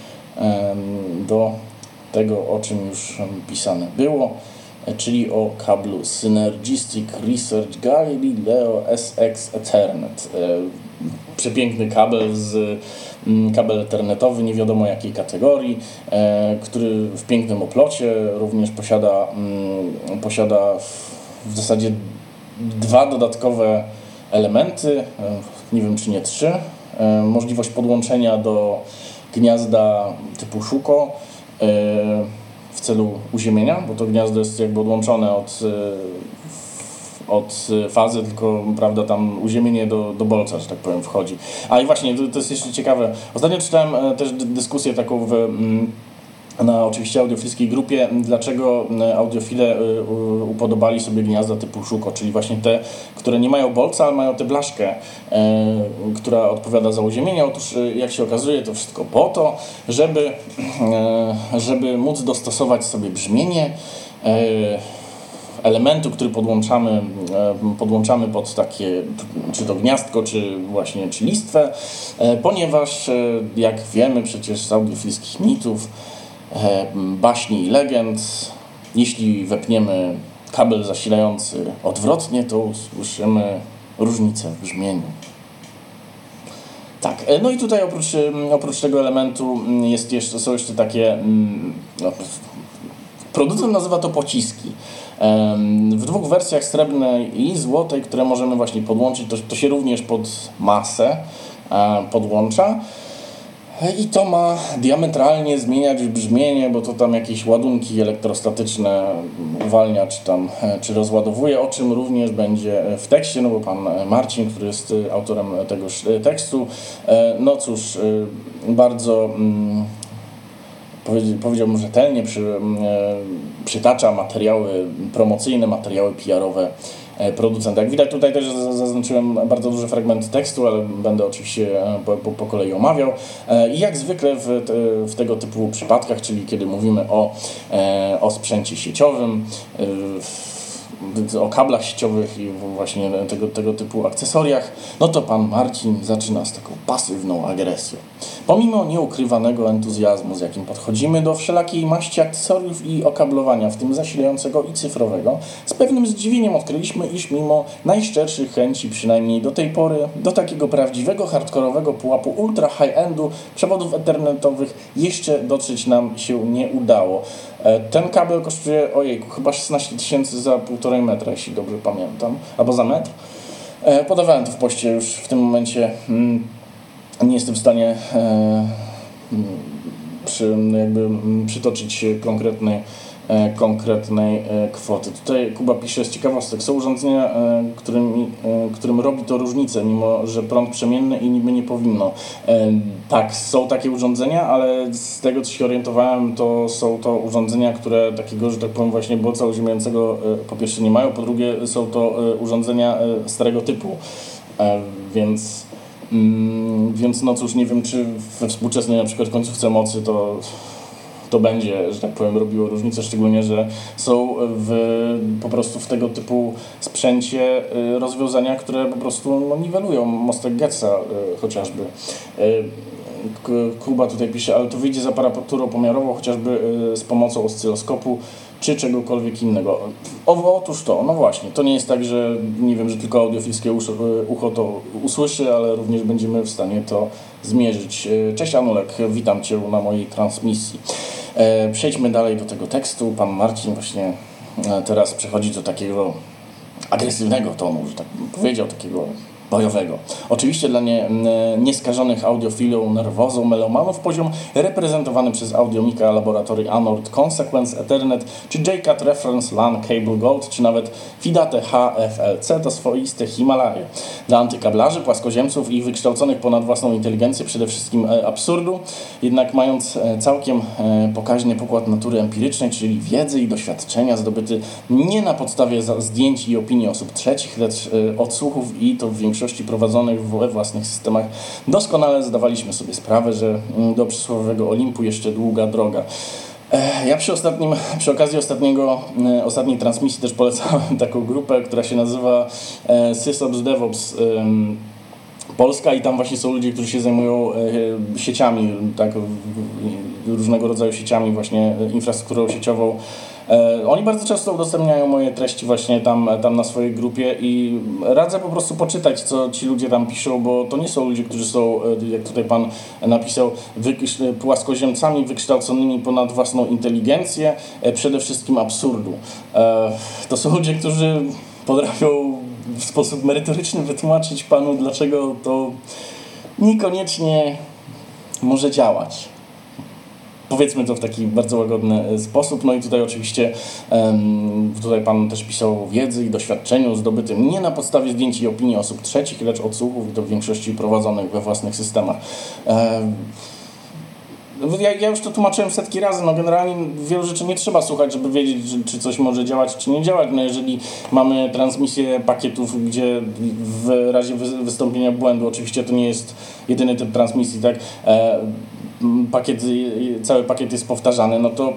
do tego, o czym już pisane było, czyli o kablu Synergistic Research Galileo SX Ethernet. Przepiękny kabel ethernetowy, nie wiadomo jakiej kategorii, który w pięknym oplocie również posiada w zasadzie dwa dodatkowe elementy, nie wiem czy nie trzy. Możliwość podłączenia do gniazda typu Shuko w celu uziemienia, bo to gniazdo jest jakby odłączone od fazy, tylko prawda, tam uziemienie do bolca, że tak powiem, wchodzi. A i właśnie, to jest jeszcze ciekawe. Ostatnio czytałem też dyskusję taką na oczywiście audiofilskiej grupie, dlaczego audiofile upodobali sobie gniazda typu Shuko, czyli właśnie te, które nie mają bolca, ale mają tę blaszkę, która odpowiada za uziemienie. Otóż jak się okazuje, to wszystko po to, żeby móc dostosować sobie brzmienie elementu, który podłączamy pod takie, czy to gniazdko, czy listwę, ponieważ jak wiemy przecież z audiofilskich mitów, baśni i legend, jeśli wepniemy kabel zasilający odwrotnie, to usłyszymy różnicę w brzmieniu. Tak, no i tutaj oprócz tego elementu są jeszcze takie, producent nazywa to pociski. W dwóch wersjach, srebrnej i złotej, które możemy właśnie podłączyć, to się również pod masę podłącza. I to ma diametralnie zmieniać brzmienie, bo to tam jakieś ładunki elektrostatyczne uwalnia, czy rozładowuje, o czym również będzie w tekście, no bo pan Marcin, który jest autorem tegoż tekstu, no cóż, bardzo powiedziałbym rzetelnie przytacza materiały promocyjne, materiały PR-owe producenta. Jak widać, tutaj też zaznaczyłem bardzo duży fragment tekstu, ale będę oczywiście po kolei omawiał. I jak zwykle w tego typu przypadkach, czyli kiedy mówimy o sprzęcie sieciowym, o kablach sieciowych i właśnie tego typu akcesoriach, no to pan Marcin zaczyna z taką pasywną agresją. Pomimo nieukrywanego entuzjazmu, z jakim podchodzimy do wszelakiej maści akcesoriów i okablowania, w tym zasilającego i cyfrowego, z pewnym zdziwieniem odkryliśmy, iż mimo najszczerszych chęci, przynajmniej do tej pory, do takiego prawdziwego, hardkorowego pułapu ultra high-endu przewodów ethernetowych jeszcze dotrzeć nam się nie udało. Ten kabel kosztuje, ojejku, chyba 16 000 za 1,5 metra, jeśli dobrze pamiętam, albo za metr. Podawałem to w poście, już w tym momencie nie jestem w stanie przytoczyć konkretnej kwoty. Tutaj Kuba pisze z ciekawostek. Są urządzenia, którym robi to różnicę, mimo że prąd przemienny i niby nie powinno. Tak, są takie urządzenia, ale z tego, co się orientowałem, to są to urządzenia, które takiego, że tak powiem, właśnie bodźca uziemiającego po pierwsze nie mają, po drugie są to urządzenia starego typu, więc no cóż, nie wiem, czy we współczesnej na przykład końcówce mocy to będzie, że tak powiem, robiło różnicę, szczególnie, że są po prostu w tego typu sprzęcie rozwiązania, które po prostu niwelują mostek Goetza chociażby. Kuba tutaj pisze, ale to wyjdzie z aparaturą pomiarową, chociażby z pomocą oscyloskopu, czy czegokolwiek innego. Otóż to, no właśnie, to nie jest tak, że nie wiem, że tylko audiofilskie ucho to usłyszy, ale również będziemy w stanie to zmierzyć. Cześć Anulek, witam Cię na mojej transmisji. Przejdźmy dalej do tego tekstu. Pan Marcin właśnie teraz przechodzi do takiego agresywnego tonu, że tak bym powiedział, takiego bojowego. Oczywiście dla nieskażonych audiofilą, nerwozą, melomanów poziom reprezentowany przez Audiomika Laboratory Anord, Consequence Ethernet, czy JCAT Reference LAN Cable Gold, czy nawet FIDATE HFLC to swoiste Himalaje. Dla antykablarzy, płaskoziemców i wykształconych ponad własną inteligencję przede wszystkim absurdu, jednak mając całkiem pokaźny pokład natury empirycznej, czyli wiedzy i doświadczenia zdobyty nie na podstawie zdjęć i opinii osób trzecich, lecz odsłuchów i to w większości prowadzonych we własnych systemach, doskonale zdawaliśmy sobie sprawę, że do przysłowiowego Olimpu jeszcze długa droga. Ja przy okazji ostatniej transmisji też polecałem taką grupę, która się nazywa SysOps DevOps Polska i tam właśnie są ludzie, którzy się zajmują sieciami, tak, różnego rodzaju sieciami, właśnie infrastrukturą sieciową. Oni bardzo często udostępniają moje treści właśnie tam na swojej grupie i radzę po prostu poczytać, co ci ludzie tam piszą, bo to nie są ludzie, którzy są, jak tutaj pan napisał, płaskoziemcami wykształconymi ponad własną inteligencję, przede wszystkim absurdu. To są ludzie, którzy potrafią w sposób merytoryczny wytłumaczyć panu, dlaczego to niekoniecznie może działać. Powiedzmy to w taki bardzo łagodny sposób. No i tutaj oczywiście tutaj pan też pisał o wiedzy i doświadczeniu zdobytym nie na podstawie zdjęć i opinii osób trzecich, lecz odsłuchów i to w większości prowadzonych we własnych systemach. Ja już to tłumaczyłem setki razy, no generalnie wielu rzeczy nie trzeba słuchać, żeby wiedzieć, czy coś może działać, czy nie działać. No jeżeli mamy transmisję pakietów, gdzie w razie wystąpienia błędu, oczywiście to nie jest jedyny typ transmisji, tak, cały pakiet jest powtarzany, no to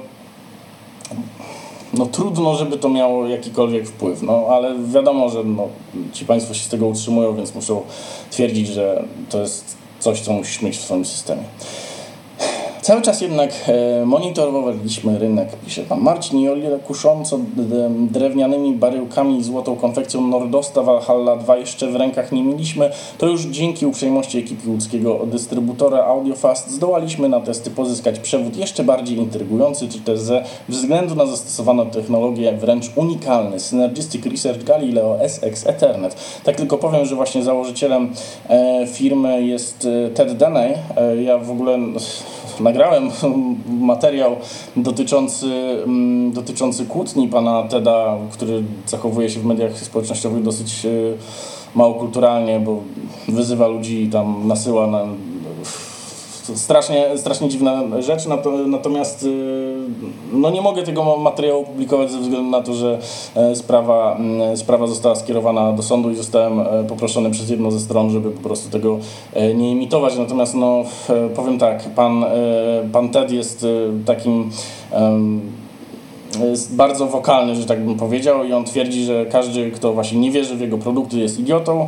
trudno, żeby to miało jakikolwiek wpływ, no ale wiadomo, że ci państwo się z tego utrzymują, więc muszą twierdzić, że to jest coś, co musisz mieć w swoim systemie. Cały czas jednak monitorowaliśmy rynek, pisze pan Marcin, i o ile kusząco drewnianymi baryłkami i złotą konfekcją Nordosta Valhalla 2 jeszcze w rękach nie mieliśmy, to już dzięki uprzejmości ekipy łódzkiego dystrybutora AudioFast zdołaliśmy na testy pozyskać przewód jeszcze bardziej intrygujący, czy też ze względu na zastosowaną technologię wręcz unikalny Synergistic Research Galileo SX Ethernet. Tak tylko powiem, że właśnie założycielem firmy jest Ted Deney. Ja w ogóle nagrałem materiał dotyczący kłótni pana Teda, który zachowuje się w mediach społecznościowych dosyć mało kulturalnie, bo wyzywa ludzi i tam nasyła na strasznie dziwna rzecz, natomiast nie mogę tego materiału opublikować ze względu na to, że sprawa została skierowana do sądu i zostałem poproszony przez jedną ze stron, żeby po prostu tego nie emitować. Natomiast powiem tak, pan Ted jest takim jest bardzo wokalny, że tak bym powiedział, i on twierdzi, że każdy, kto właśnie nie wierzy w jego produkty, jest idiotą.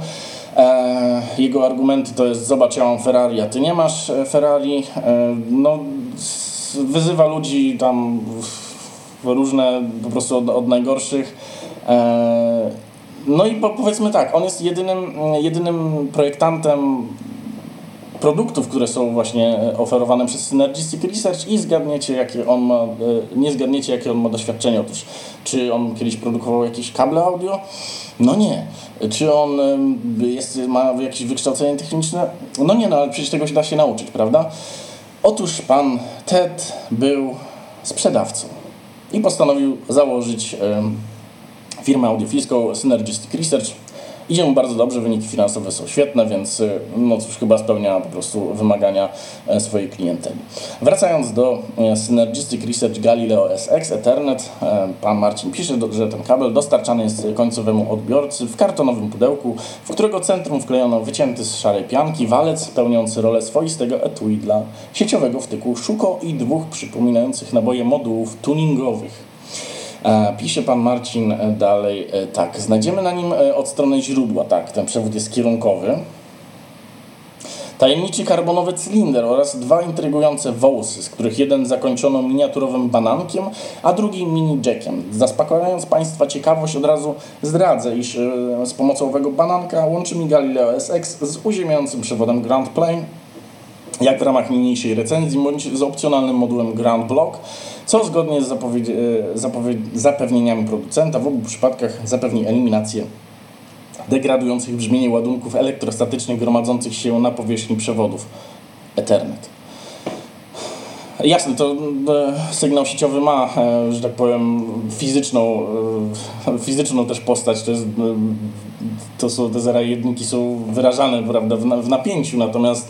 Jego argumenty to jest: zobacz, ja mam Ferrari, a ty nie masz Ferrari. No, wyzywa ludzi tam różne, po prostu od najgorszych. No i powiedzmy tak, on jest jedynym projektantem produktów, które są właśnie oferowane przez Synergistic Research, i nie zgadniecie, jakie on ma doświadczenie. Otóż, czy on kiedyś produkował jakieś kable audio? No nie. Czy on ma jakieś wykształcenie techniczne? No nie, no ale przecież tego się da się nauczyć, prawda? Otóż pan Ted był sprzedawcą i postanowił założyć firmę audiofilską Synergistic Research. Idzie mu bardzo dobrze, wyniki finansowe są świetne, więc no cóż, chyba spełnia po prostu wymagania swojej klienteli. Wracając do Synergistic Research Galileo SX Ethernet, pan Marcin pisze, że ten kabel dostarczany jest końcowemu odbiorcy w kartonowym pudełku, w którego centrum wklejono wycięty z szarej pianki walec pełniący rolę swoistego etui dla sieciowego wtyku Schuko i 2 przypominających naboje modułów tuningowych. Pisze pan Marcin dalej, tak, znajdziemy na nim od strony źródła, tak, ten przewód jest kierunkowy, tajemniczy karbonowy cylinder oraz 2 intrygujące wąsy, z których jeden zakończono miniaturowym banankiem, a drugi mini jackiem. Zaspokajając państwa ciekawość, od razu zdradzę, iż z pomocą owego bananka łączy mi Galileo SX z uziemiającym przewodem Grand Plane, jak w ramach niniejszej recenzji, bądź z opcjonalnym modułem Grand Block, co zgodnie z zapewnieniami producenta w obu przypadkach zapewni eliminację degradujących brzmienie ładunków elektrostatycznych gromadzących się na powierzchni przewodów Ethernet. Jasne, to sygnał sieciowy ma, że tak powiem, fizyczną też postać. Te zera i jedynki są wyrażane, prawda, w napięciu, natomiast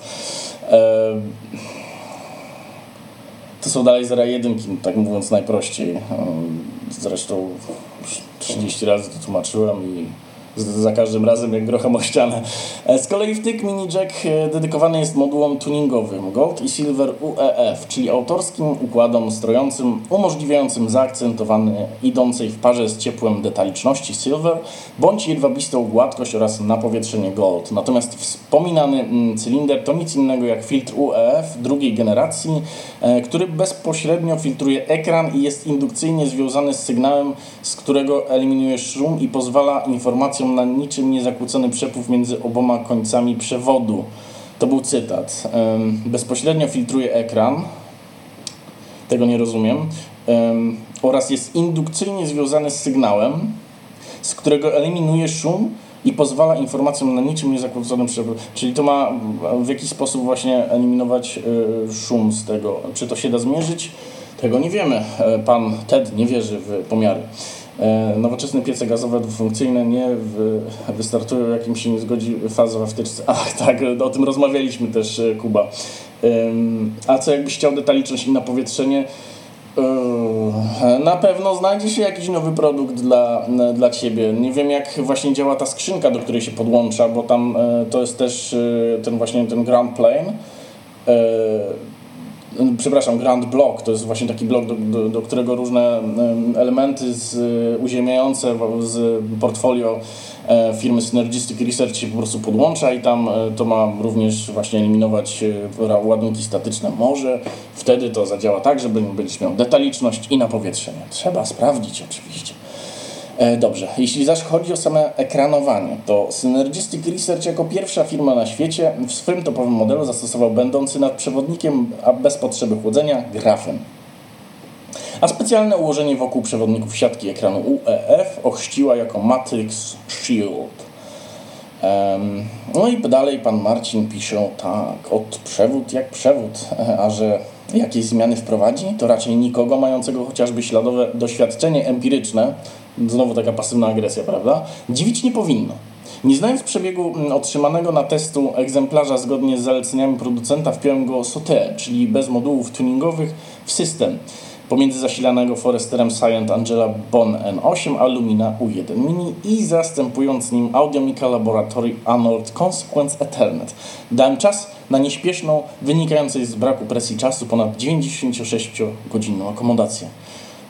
to są dalej zera jedynki, tak mówiąc najprościej. Zresztą 30 razy to tłumaczyłem i za każdym razem jak grochem o ścianę. Z kolei wtyk mini jack dedykowany jest modułom tuningowym Gold i Silver UEF, czyli autorskim układom strojącym umożliwiającym zaakcentowanie idącej w parze z ciepłem detaliczności Silver bądź jedwabistą gładkość oraz napowietrzenie Gold. Natomiast wspominany cylinder to nic innego jak filtr UEF drugiej generacji, który bezpośrednio filtruje ekran i jest indukcyjnie związany z sygnałem, z którego eliminuje szum i pozwala informacjom na niczym niezakłócony przepływ między oboma końcami przewodu. To był cytat. Bezpośrednio filtruje ekran, tego nie rozumiem, oraz jest indukcyjnie związany z sygnałem, z którego eliminuje szum i pozwala informacjom na niczym niezakłóconym przepływ. Czyli to ma w jakiś sposób właśnie eliminować szum z tego. Czy to się da zmierzyć? Tego nie wiemy. Pan Ted nie wierzy w pomiary. Nowoczesne piece gazowe dwufunkcyjne nie wystartują, jak im się nie zgodzi faza we wtyczce. Ach tak, o tym rozmawialiśmy też, Kuba. A co jakbyś chciał detaliczność i napowietrzenie? Na pewno znajdzie się jakiś nowy produkt dla Ciebie. Nie wiem, jak właśnie działa ta skrzynka, do której się podłącza, bo tam to jest też ten Grand Plane. Przepraszam, Grand Block, to jest właśnie taki blok, do którego różne elementy uziemiające z portfolio firmy Synergistic Research się po prostu podłącza i tam to ma również właśnie eliminować ładunki statyczne. Może wtedy to zadziała tak, żeby będziesz miał detaliczność i napowietrzenie. Trzeba sprawdzić oczywiście. Dobrze, jeśli zaś chodzi o same ekranowanie, to Synergistic Research jako pierwsza firma na świecie w swym topowym modelu zastosował będący nad przewodnikiem, a bez potrzeby chłodzenia, grafen. A specjalne ułożenie wokół przewodników siatki ekranu UEF ochrzciła jako Matrix Shield. No i dalej pan Marcin pisze tak, przewód jak przewód, a że jakieś zmiany wprowadzi, to raczej nikogo mającego chociażby śladowe doświadczenie empiryczne, znowu taka pasywna agresja, prawda, dziwić nie powinno. Nie znając przebiegu otrzymanego na testu egzemplarza zgodnie z zaleceniami producenta, wpiąłem go sauté, czyli bez modułów tuningowych, w system pomiędzy zasilanego Foresterem Scient Angela Bon N8 a Lumina U1 Mini i zastępując nim Audiomica Laboratory Anord Consequence Ethernet. Dałem czas na nieśpieszną, wynikającej z braku presji czasu, ponad 96-godzinną akomodację.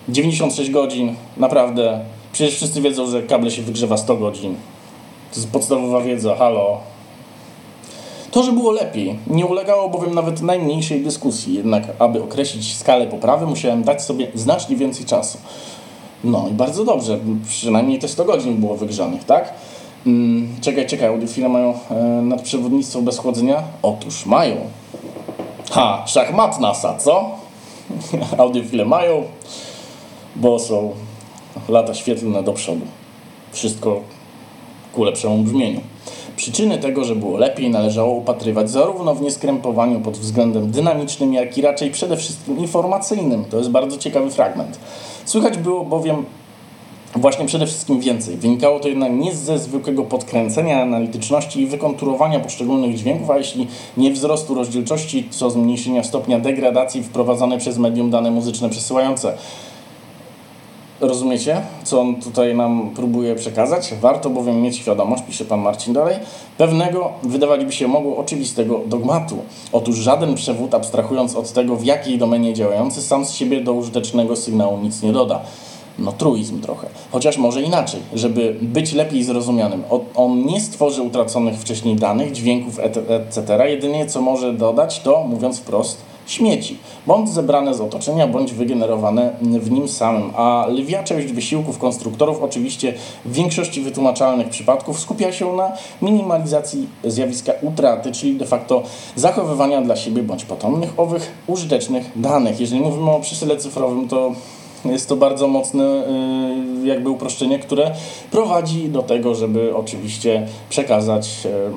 96 godzin, naprawdę. Przecież wszyscy wiedzą, że kable się wygrzewa 100 godzin. To jest podstawowa wiedza, halo. To, że było lepiej, nie ulegało bowiem nawet najmniejszej dyskusji, jednak aby określić skalę poprawy, musiałem dać sobie znacznie więcej czasu. No i bardzo dobrze, przynajmniej te 100 godzin było wygrzanych, tak? Czekaj, audiofile mają nadprzewodnictwo bez chłodzenia? Otóż mają. Szachmat NASA, co? Audiofile mają, bo są lata świetlne do przodu. Wszystko ku lepszemu brzmieniu. Przyczyny tego, że było lepiej, należało upatrywać zarówno w nieskrępowaniu pod względem dynamicznym, jak i raczej przede wszystkim informacyjnym. To jest bardzo ciekawy fragment. Słychać było bowiem właśnie przede wszystkim więcej. Wynikało to jednak nie ze zwykłego podkręcenia analityczności i wykonturowania poszczególnych dźwięków, a jeśli nie wzrostu rozdzielczości, co zmniejszenia stopnia degradacji wprowadzane przez medium dane muzyczne przesyłające. Rozumiecie, co on tutaj nam próbuje przekazać? Warto bowiem mieć świadomość, pisze pan Marcin dalej, pewnego, wydawać by się mogło, oczywistego dogmatu. Otóż żaden przewód, abstrahując od tego, w jakiej domenie działający, sam z siebie do użytecznego sygnału nic nie doda. No truizm trochę. Chociaż może inaczej, żeby być lepiej zrozumianym. On nie stworzy utraconych wcześniej danych, dźwięków, etc. Jedynie co może dodać to, mówiąc wprost, śmieci, bądź zebrane z otoczenia, bądź wygenerowane w nim samym, a lwia część wysiłków konstruktorów oczywiście w większości wytłumaczalnych przypadków skupia się na minimalizacji zjawiska utraty, czyli de facto zachowywania dla siebie bądź potomnych owych użytecznych danych. Jeżeli mówimy o przesyle cyfrowym, to jest to bardzo mocne jakby uproszczenie, które prowadzi do tego, żeby oczywiście przekazać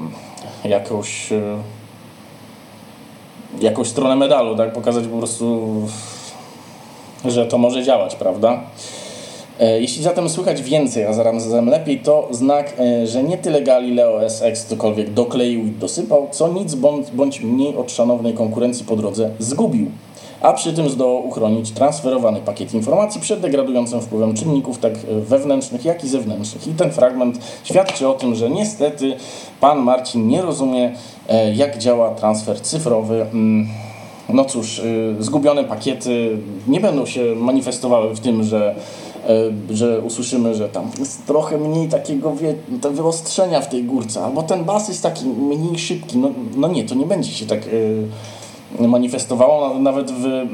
jakąś stronę medalu, tak? Pokazać po prostu, że to może działać, prawda? Jeśli zatem słychać więcej, a zarazem lepiej, to znak, że nie tyle Galileo SX cokolwiek dokleił i dosypał, co nic bądź mniej od szanownej konkurencji po drodze zgubił. A przy tym zdołał uchronić transferowany pakiet informacji przed degradującym wpływem czynników tak wewnętrznych, jak i zewnętrznych. I ten fragment świadczy o tym, że niestety pan Marcin nie rozumie, jak działa transfer cyfrowy. No cóż, zgubione pakiety nie będą się manifestowały w tym, że usłyszymy, że tam jest trochę mniej takiego wyostrzenia w tej górce, albo ten bas jest taki mniej szybki. No nie, to nie będzie się tak manifestowało, nawet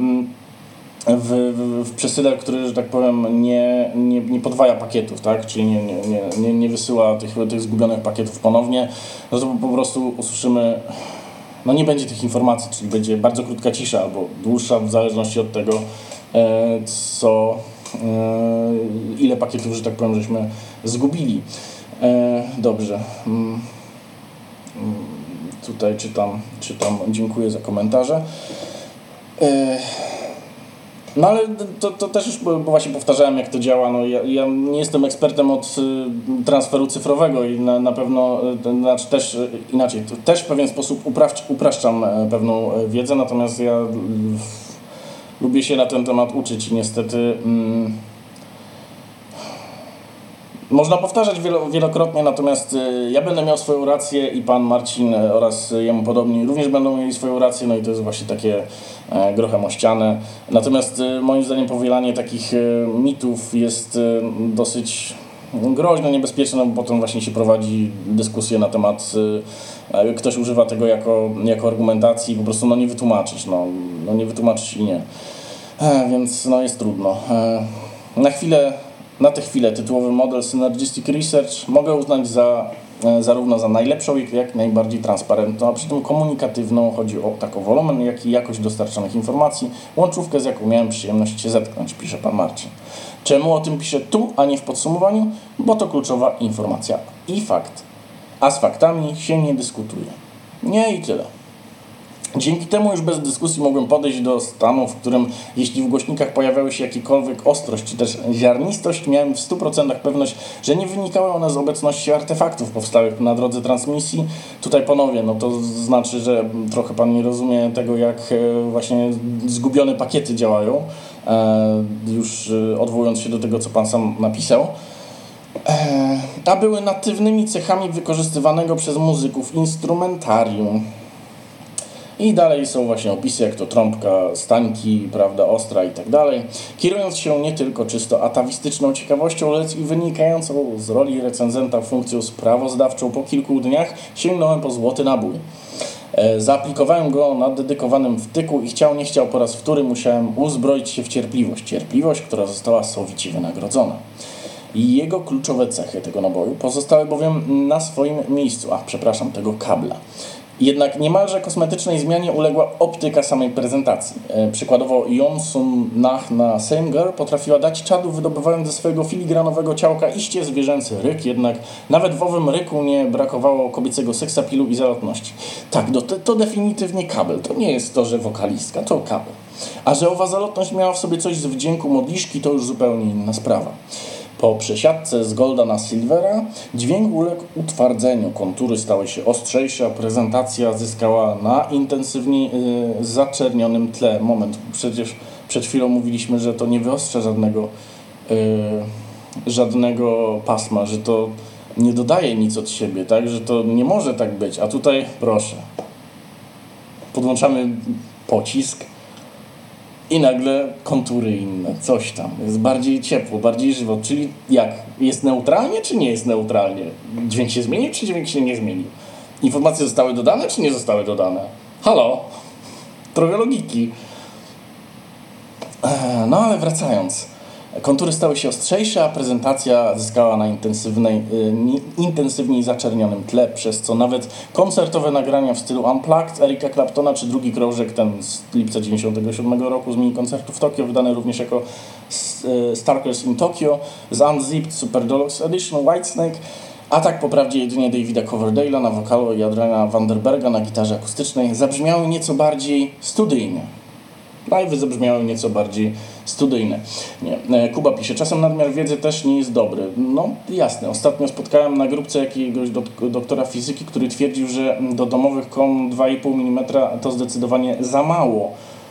w przesyle, który, że tak powiem, nie podwaja pakietów, tak? Czyli nie wysyła tych zgubionych pakietów ponownie, no to po prostu usłyszymy, no nie będzie tych informacji, czyli będzie bardzo krótka cisza albo dłuższa, w zależności od tego, ile pakietów, że tak powiem, żeśmy zgubili. Dobrze. Tutaj czytam, dziękuję za komentarze. No ale to też już właśnie powtarzałem, jak to działa. No, ja nie jestem ekspertem od transferu cyfrowego i na pewno, znaczy też inaczej, też w pewien sposób upraszczam pewną wiedzę, natomiast ja lubię się na ten temat uczyć i niestety można powtarzać wielokrotnie, natomiast ja będę miał swoją rację i pan Marcin oraz jemu podobni również będą mieli swoją rację, no i to jest właśnie takie grochem o ścianę. Natomiast moim zdaniem powielanie takich mitów jest dosyć groźne, niebezpieczne, bo potem właśnie się prowadzi dyskusję na temat, ktoś używa tego jako argumentacji, po prostu nie wytłumaczyć, nie wytłumaczyć i nie. Więc jest trudno. Na tę chwilę tytułowy model Synergistic Research mogę uznać zarówno za najlepszą, jak i najbardziej transparentną, a przy tym komunikatywną. Chodzi o taką wolumen, jak i jakość dostarczanych informacji, łączówkę, z jaką miałem przyjemność się zetknąć, pisze pan Marcin. Czemu o tym piszę tu, a nie w podsumowaniu? Bo to kluczowa informacja i fakt. A z faktami się nie dyskutuje. Nie i tyle. Dzięki temu już bez dyskusji mogłem podejść do stanu, w którym jeśli w głośnikach pojawiały się jakiekolwiek ostrość czy też ziarnistość, miałem w 100% pewność, że nie wynikały one z obecności artefaktów powstałych na drodze transmisji. Tutaj ponownie, to znaczy, że trochę pan nie rozumie tego, jak właśnie zgubione pakiety działają, już odwołując się do tego, co pan sam napisał. A były natywnymi cechami wykorzystywanego przez muzyków instrumentarium. I dalej są właśnie opisy, jak to trąbka, stańki, prawda, ostra i tak dalej. Kierując się nie tylko czysto atawistyczną ciekawością, lecz i wynikającą z roli recenzenta funkcją sprawozdawczą, po kilku dniach sięgnąłem po złoty nabój. Zaaplikowałem go na dedykowanym wtyku i chciał nie chciał po raz wtóry musiałem uzbroić się w cierpliwość. Cierpliwość, która została sowicie wynagrodzona. I jego kluczowe cechy tego naboju pozostały bowiem na swoim miejscu. Tego kabla. Jednak niemalże kosmetycznej zmianie uległa optyka samej prezentacji. Przykładowo Jonsun Nach na Semger potrafiła dać czadu, wydobywając ze swojego filigranowego ciałka iście zwierzęcy ryk, jednak nawet w owym ryku nie brakowało kobiecego seksapilu i zalotności. Tak, to definitywnie kabel. To nie jest to, że wokalistka, to kabel. A że owa zalotność miała w sobie coś z wdzięku modliszki, to już zupełnie inna sprawa. Po przesiadce z golda na silvera dźwięk uległ utwardzeniu, kontury stały się ostrzejsze, a prezentacja zyskała na intensywniej zaczernionym tle. Moment, przecież przed chwilą mówiliśmy, że to nie wyostrza żadnego pasma, że to nie dodaje nic od siebie, tak? Że to nie może tak być, a tutaj proszę, podłączamy pocisk i nagle kontury inne, coś tam. Jest bardziej ciepło, bardziej żywo. Czyli jak? Jest neutralnie, czy nie jest neutralnie? Dźwięk się zmienił, czy dźwięk się nie zmienił? Informacje zostały dodane, czy nie zostały dodane? Halo? Trochę logiki. No ale wracając. Kontury stały się ostrzejsze, a prezentacja zyskała na intensywniej zaczernionym tle, przez co nawet koncertowe nagrania w stylu Unplugged Erika Claptona, czy drugi krążek, ten z lipca 1997 roku z mini-koncertu w Tokio, wydany również jako Starkers in Tokyo, z Unzipped Super Deluxe Edition Whitesnake, a tak po prawdzie jedynie Davida Coverdale'a na wokalu i Adriana Vandenberga na gitarze akustycznej, zabrzmiały nieco bardziej studyjnie. Live'y zabrzmiały nieco bardziej studyjne. Nie. Kuba pisze, czasem nadmiar wiedzy też nie jest dobry. No jasne, ostatnio spotkałem na grupce jakiegoś doktora fizyki, który twierdził, że do domowych kom 2,5 mm to zdecydowanie za mało.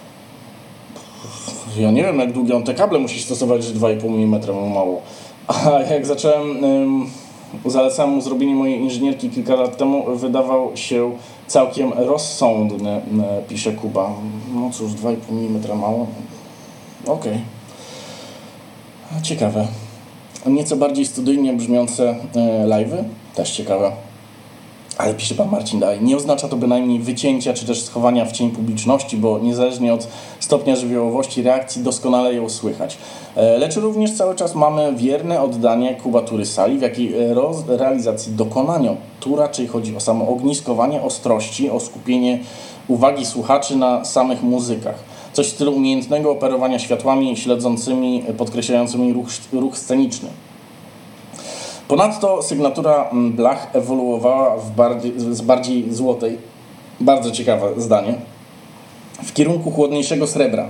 Ja nie wiem, jak długie on te kable musi stosować, że 2,5 mm mało. A jak zalecałem mu zrobienie mojej inżynierki kilka lat temu, wydawał się całkiem rozsądny, pisze Kuba. No cóż, 2,5 mm mało. Okej. Ciekawe. Nieco bardziej studyjnie brzmiące live'y, też ciekawe. Ale pisze pan Marcin dalej, nie oznacza to bynajmniej wycięcia czy też schowania w cień publiczności, bo niezależnie od stopnia żywiołowości reakcji doskonale ją słychać. Lecz również cały czas mamy wierne oddanie kubatury sali, w jakiej realizacji dokonania. Tu raczej chodzi o samo ogniskowanie ostrości, o skupienie uwagi słuchaczy na samych muzykach. Coś w stylu umiejętnego operowania światłami śledzącymi, podkreślającymi ruch sceniczny. Ponadto sygnatura blach ewoluowała z bardziej złotej, bardzo ciekawe zdanie, w kierunku chłodniejszego srebra.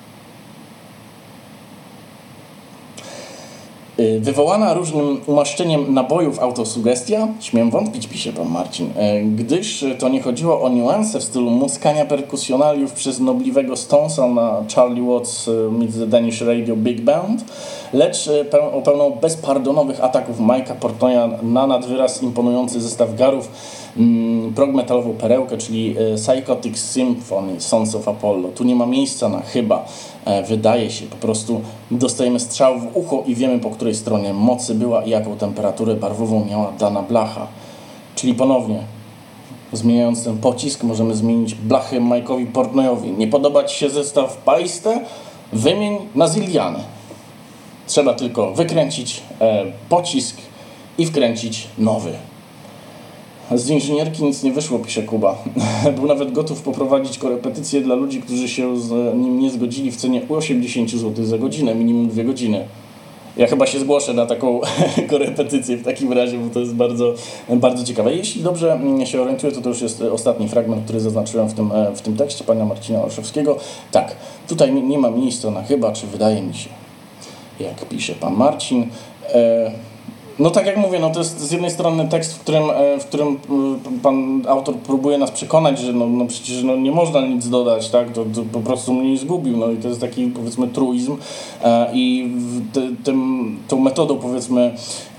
Wywołana różnym umaszczeniem nabojów autosugestia, śmiem wątpić, pisze pan Marcin, gdyż to nie chodziło o niuanse w stylu muskania perkusjonaliów przez nobliwego Stonesa na Charlie Watts Meets the Danish Radio Big Band, lecz o pełną bezpardonowych ataków Mike'a Portnoya na nadwyraz imponujący zestaw garów, prog-metalową perełkę, czyli Psychotic Symphony, Sons of Apollo. Tu nie ma miejsca na chyba. Wydaje się, po prostu dostajemy strzał w ucho i wiemy, po której stronie mocy była i jaką temperaturę barwową miała dana blacha. Czyli ponownie, zmieniając ten pocisk, możemy zmienić blachę Mike'owi Portnoyowi. Nie podoba ci się zestaw paliste? Wymień na ziliany. Trzeba tylko wykręcić pocisk i wkręcić nowy. Z inżynierki nic nie wyszło, pisze Kuba. Był nawet gotów poprowadzić korepetycje dla ludzi, którzy się z nim nie zgodzili w cenie 80 zł za godzinę, minimum 2 godziny. Ja chyba się zgłoszę na taką korepetycję w takim razie, bo to jest bardzo, bardzo ciekawe. Jeśli dobrze się orientuję, to już jest ostatni fragment, który zaznaczyłem w tym tekście pana Marcina Olszewskiego. Tak, tutaj nie ma miejsca na chyba, czy wydaje mi się, jak pisze pan Marcin. No tak jak mówię, no to jest z jednej strony tekst, w którym pan autor próbuje nas przekonać, że no przecież nie można nic dodać, tak? To po prostu mnie zgubił, no i to jest taki, powiedzmy, truizm i tą metodą, powiedzmy,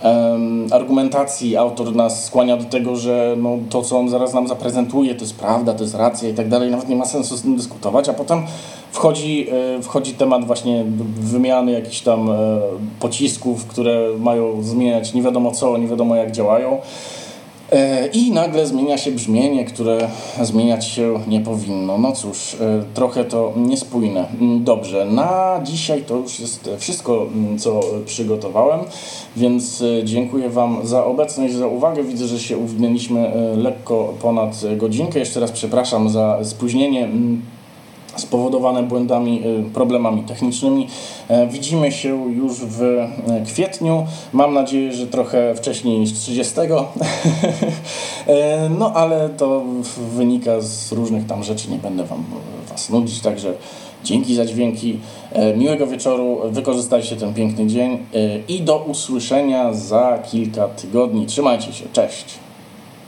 argumentacji autor nas skłania do tego, że no, to, co on zaraz nam zaprezentuje, to jest prawda, to jest racja i tak dalej, nawet nie ma sensu z tym dyskutować, a potem wchodzi temat właśnie wymiany jakichś tam pocisków, które mają zmieniać nie wiadomo co, nie wiadomo jak działają. I nagle zmienia się brzmienie, które zmieniać się nie powinno. No cóż, trochę to niespójne. Dobrze, na dzisiaj to już jest wszystko, co przygotowałem, więc dziękuję Wam za obecność, za uwagę. Widzę, że się uwinęliśmy lekko ponad godzinkę. Jeszcze raz przepraszam za spóźnienie spowodowane błędami, problemami technicznymi. Widzimy się już w kwietniu. Mam nadzieję, że trochę wcześniej niż 30. No ale to wynika z różnych tam rzeczy. Nie będę Was nudzić, także dzięki za dźwięki. Miłego wieczoru. Wykorzystajcie ten piękny dzień i do usłyszenia za kilka tygodni. Trzymajcie się. Cześć.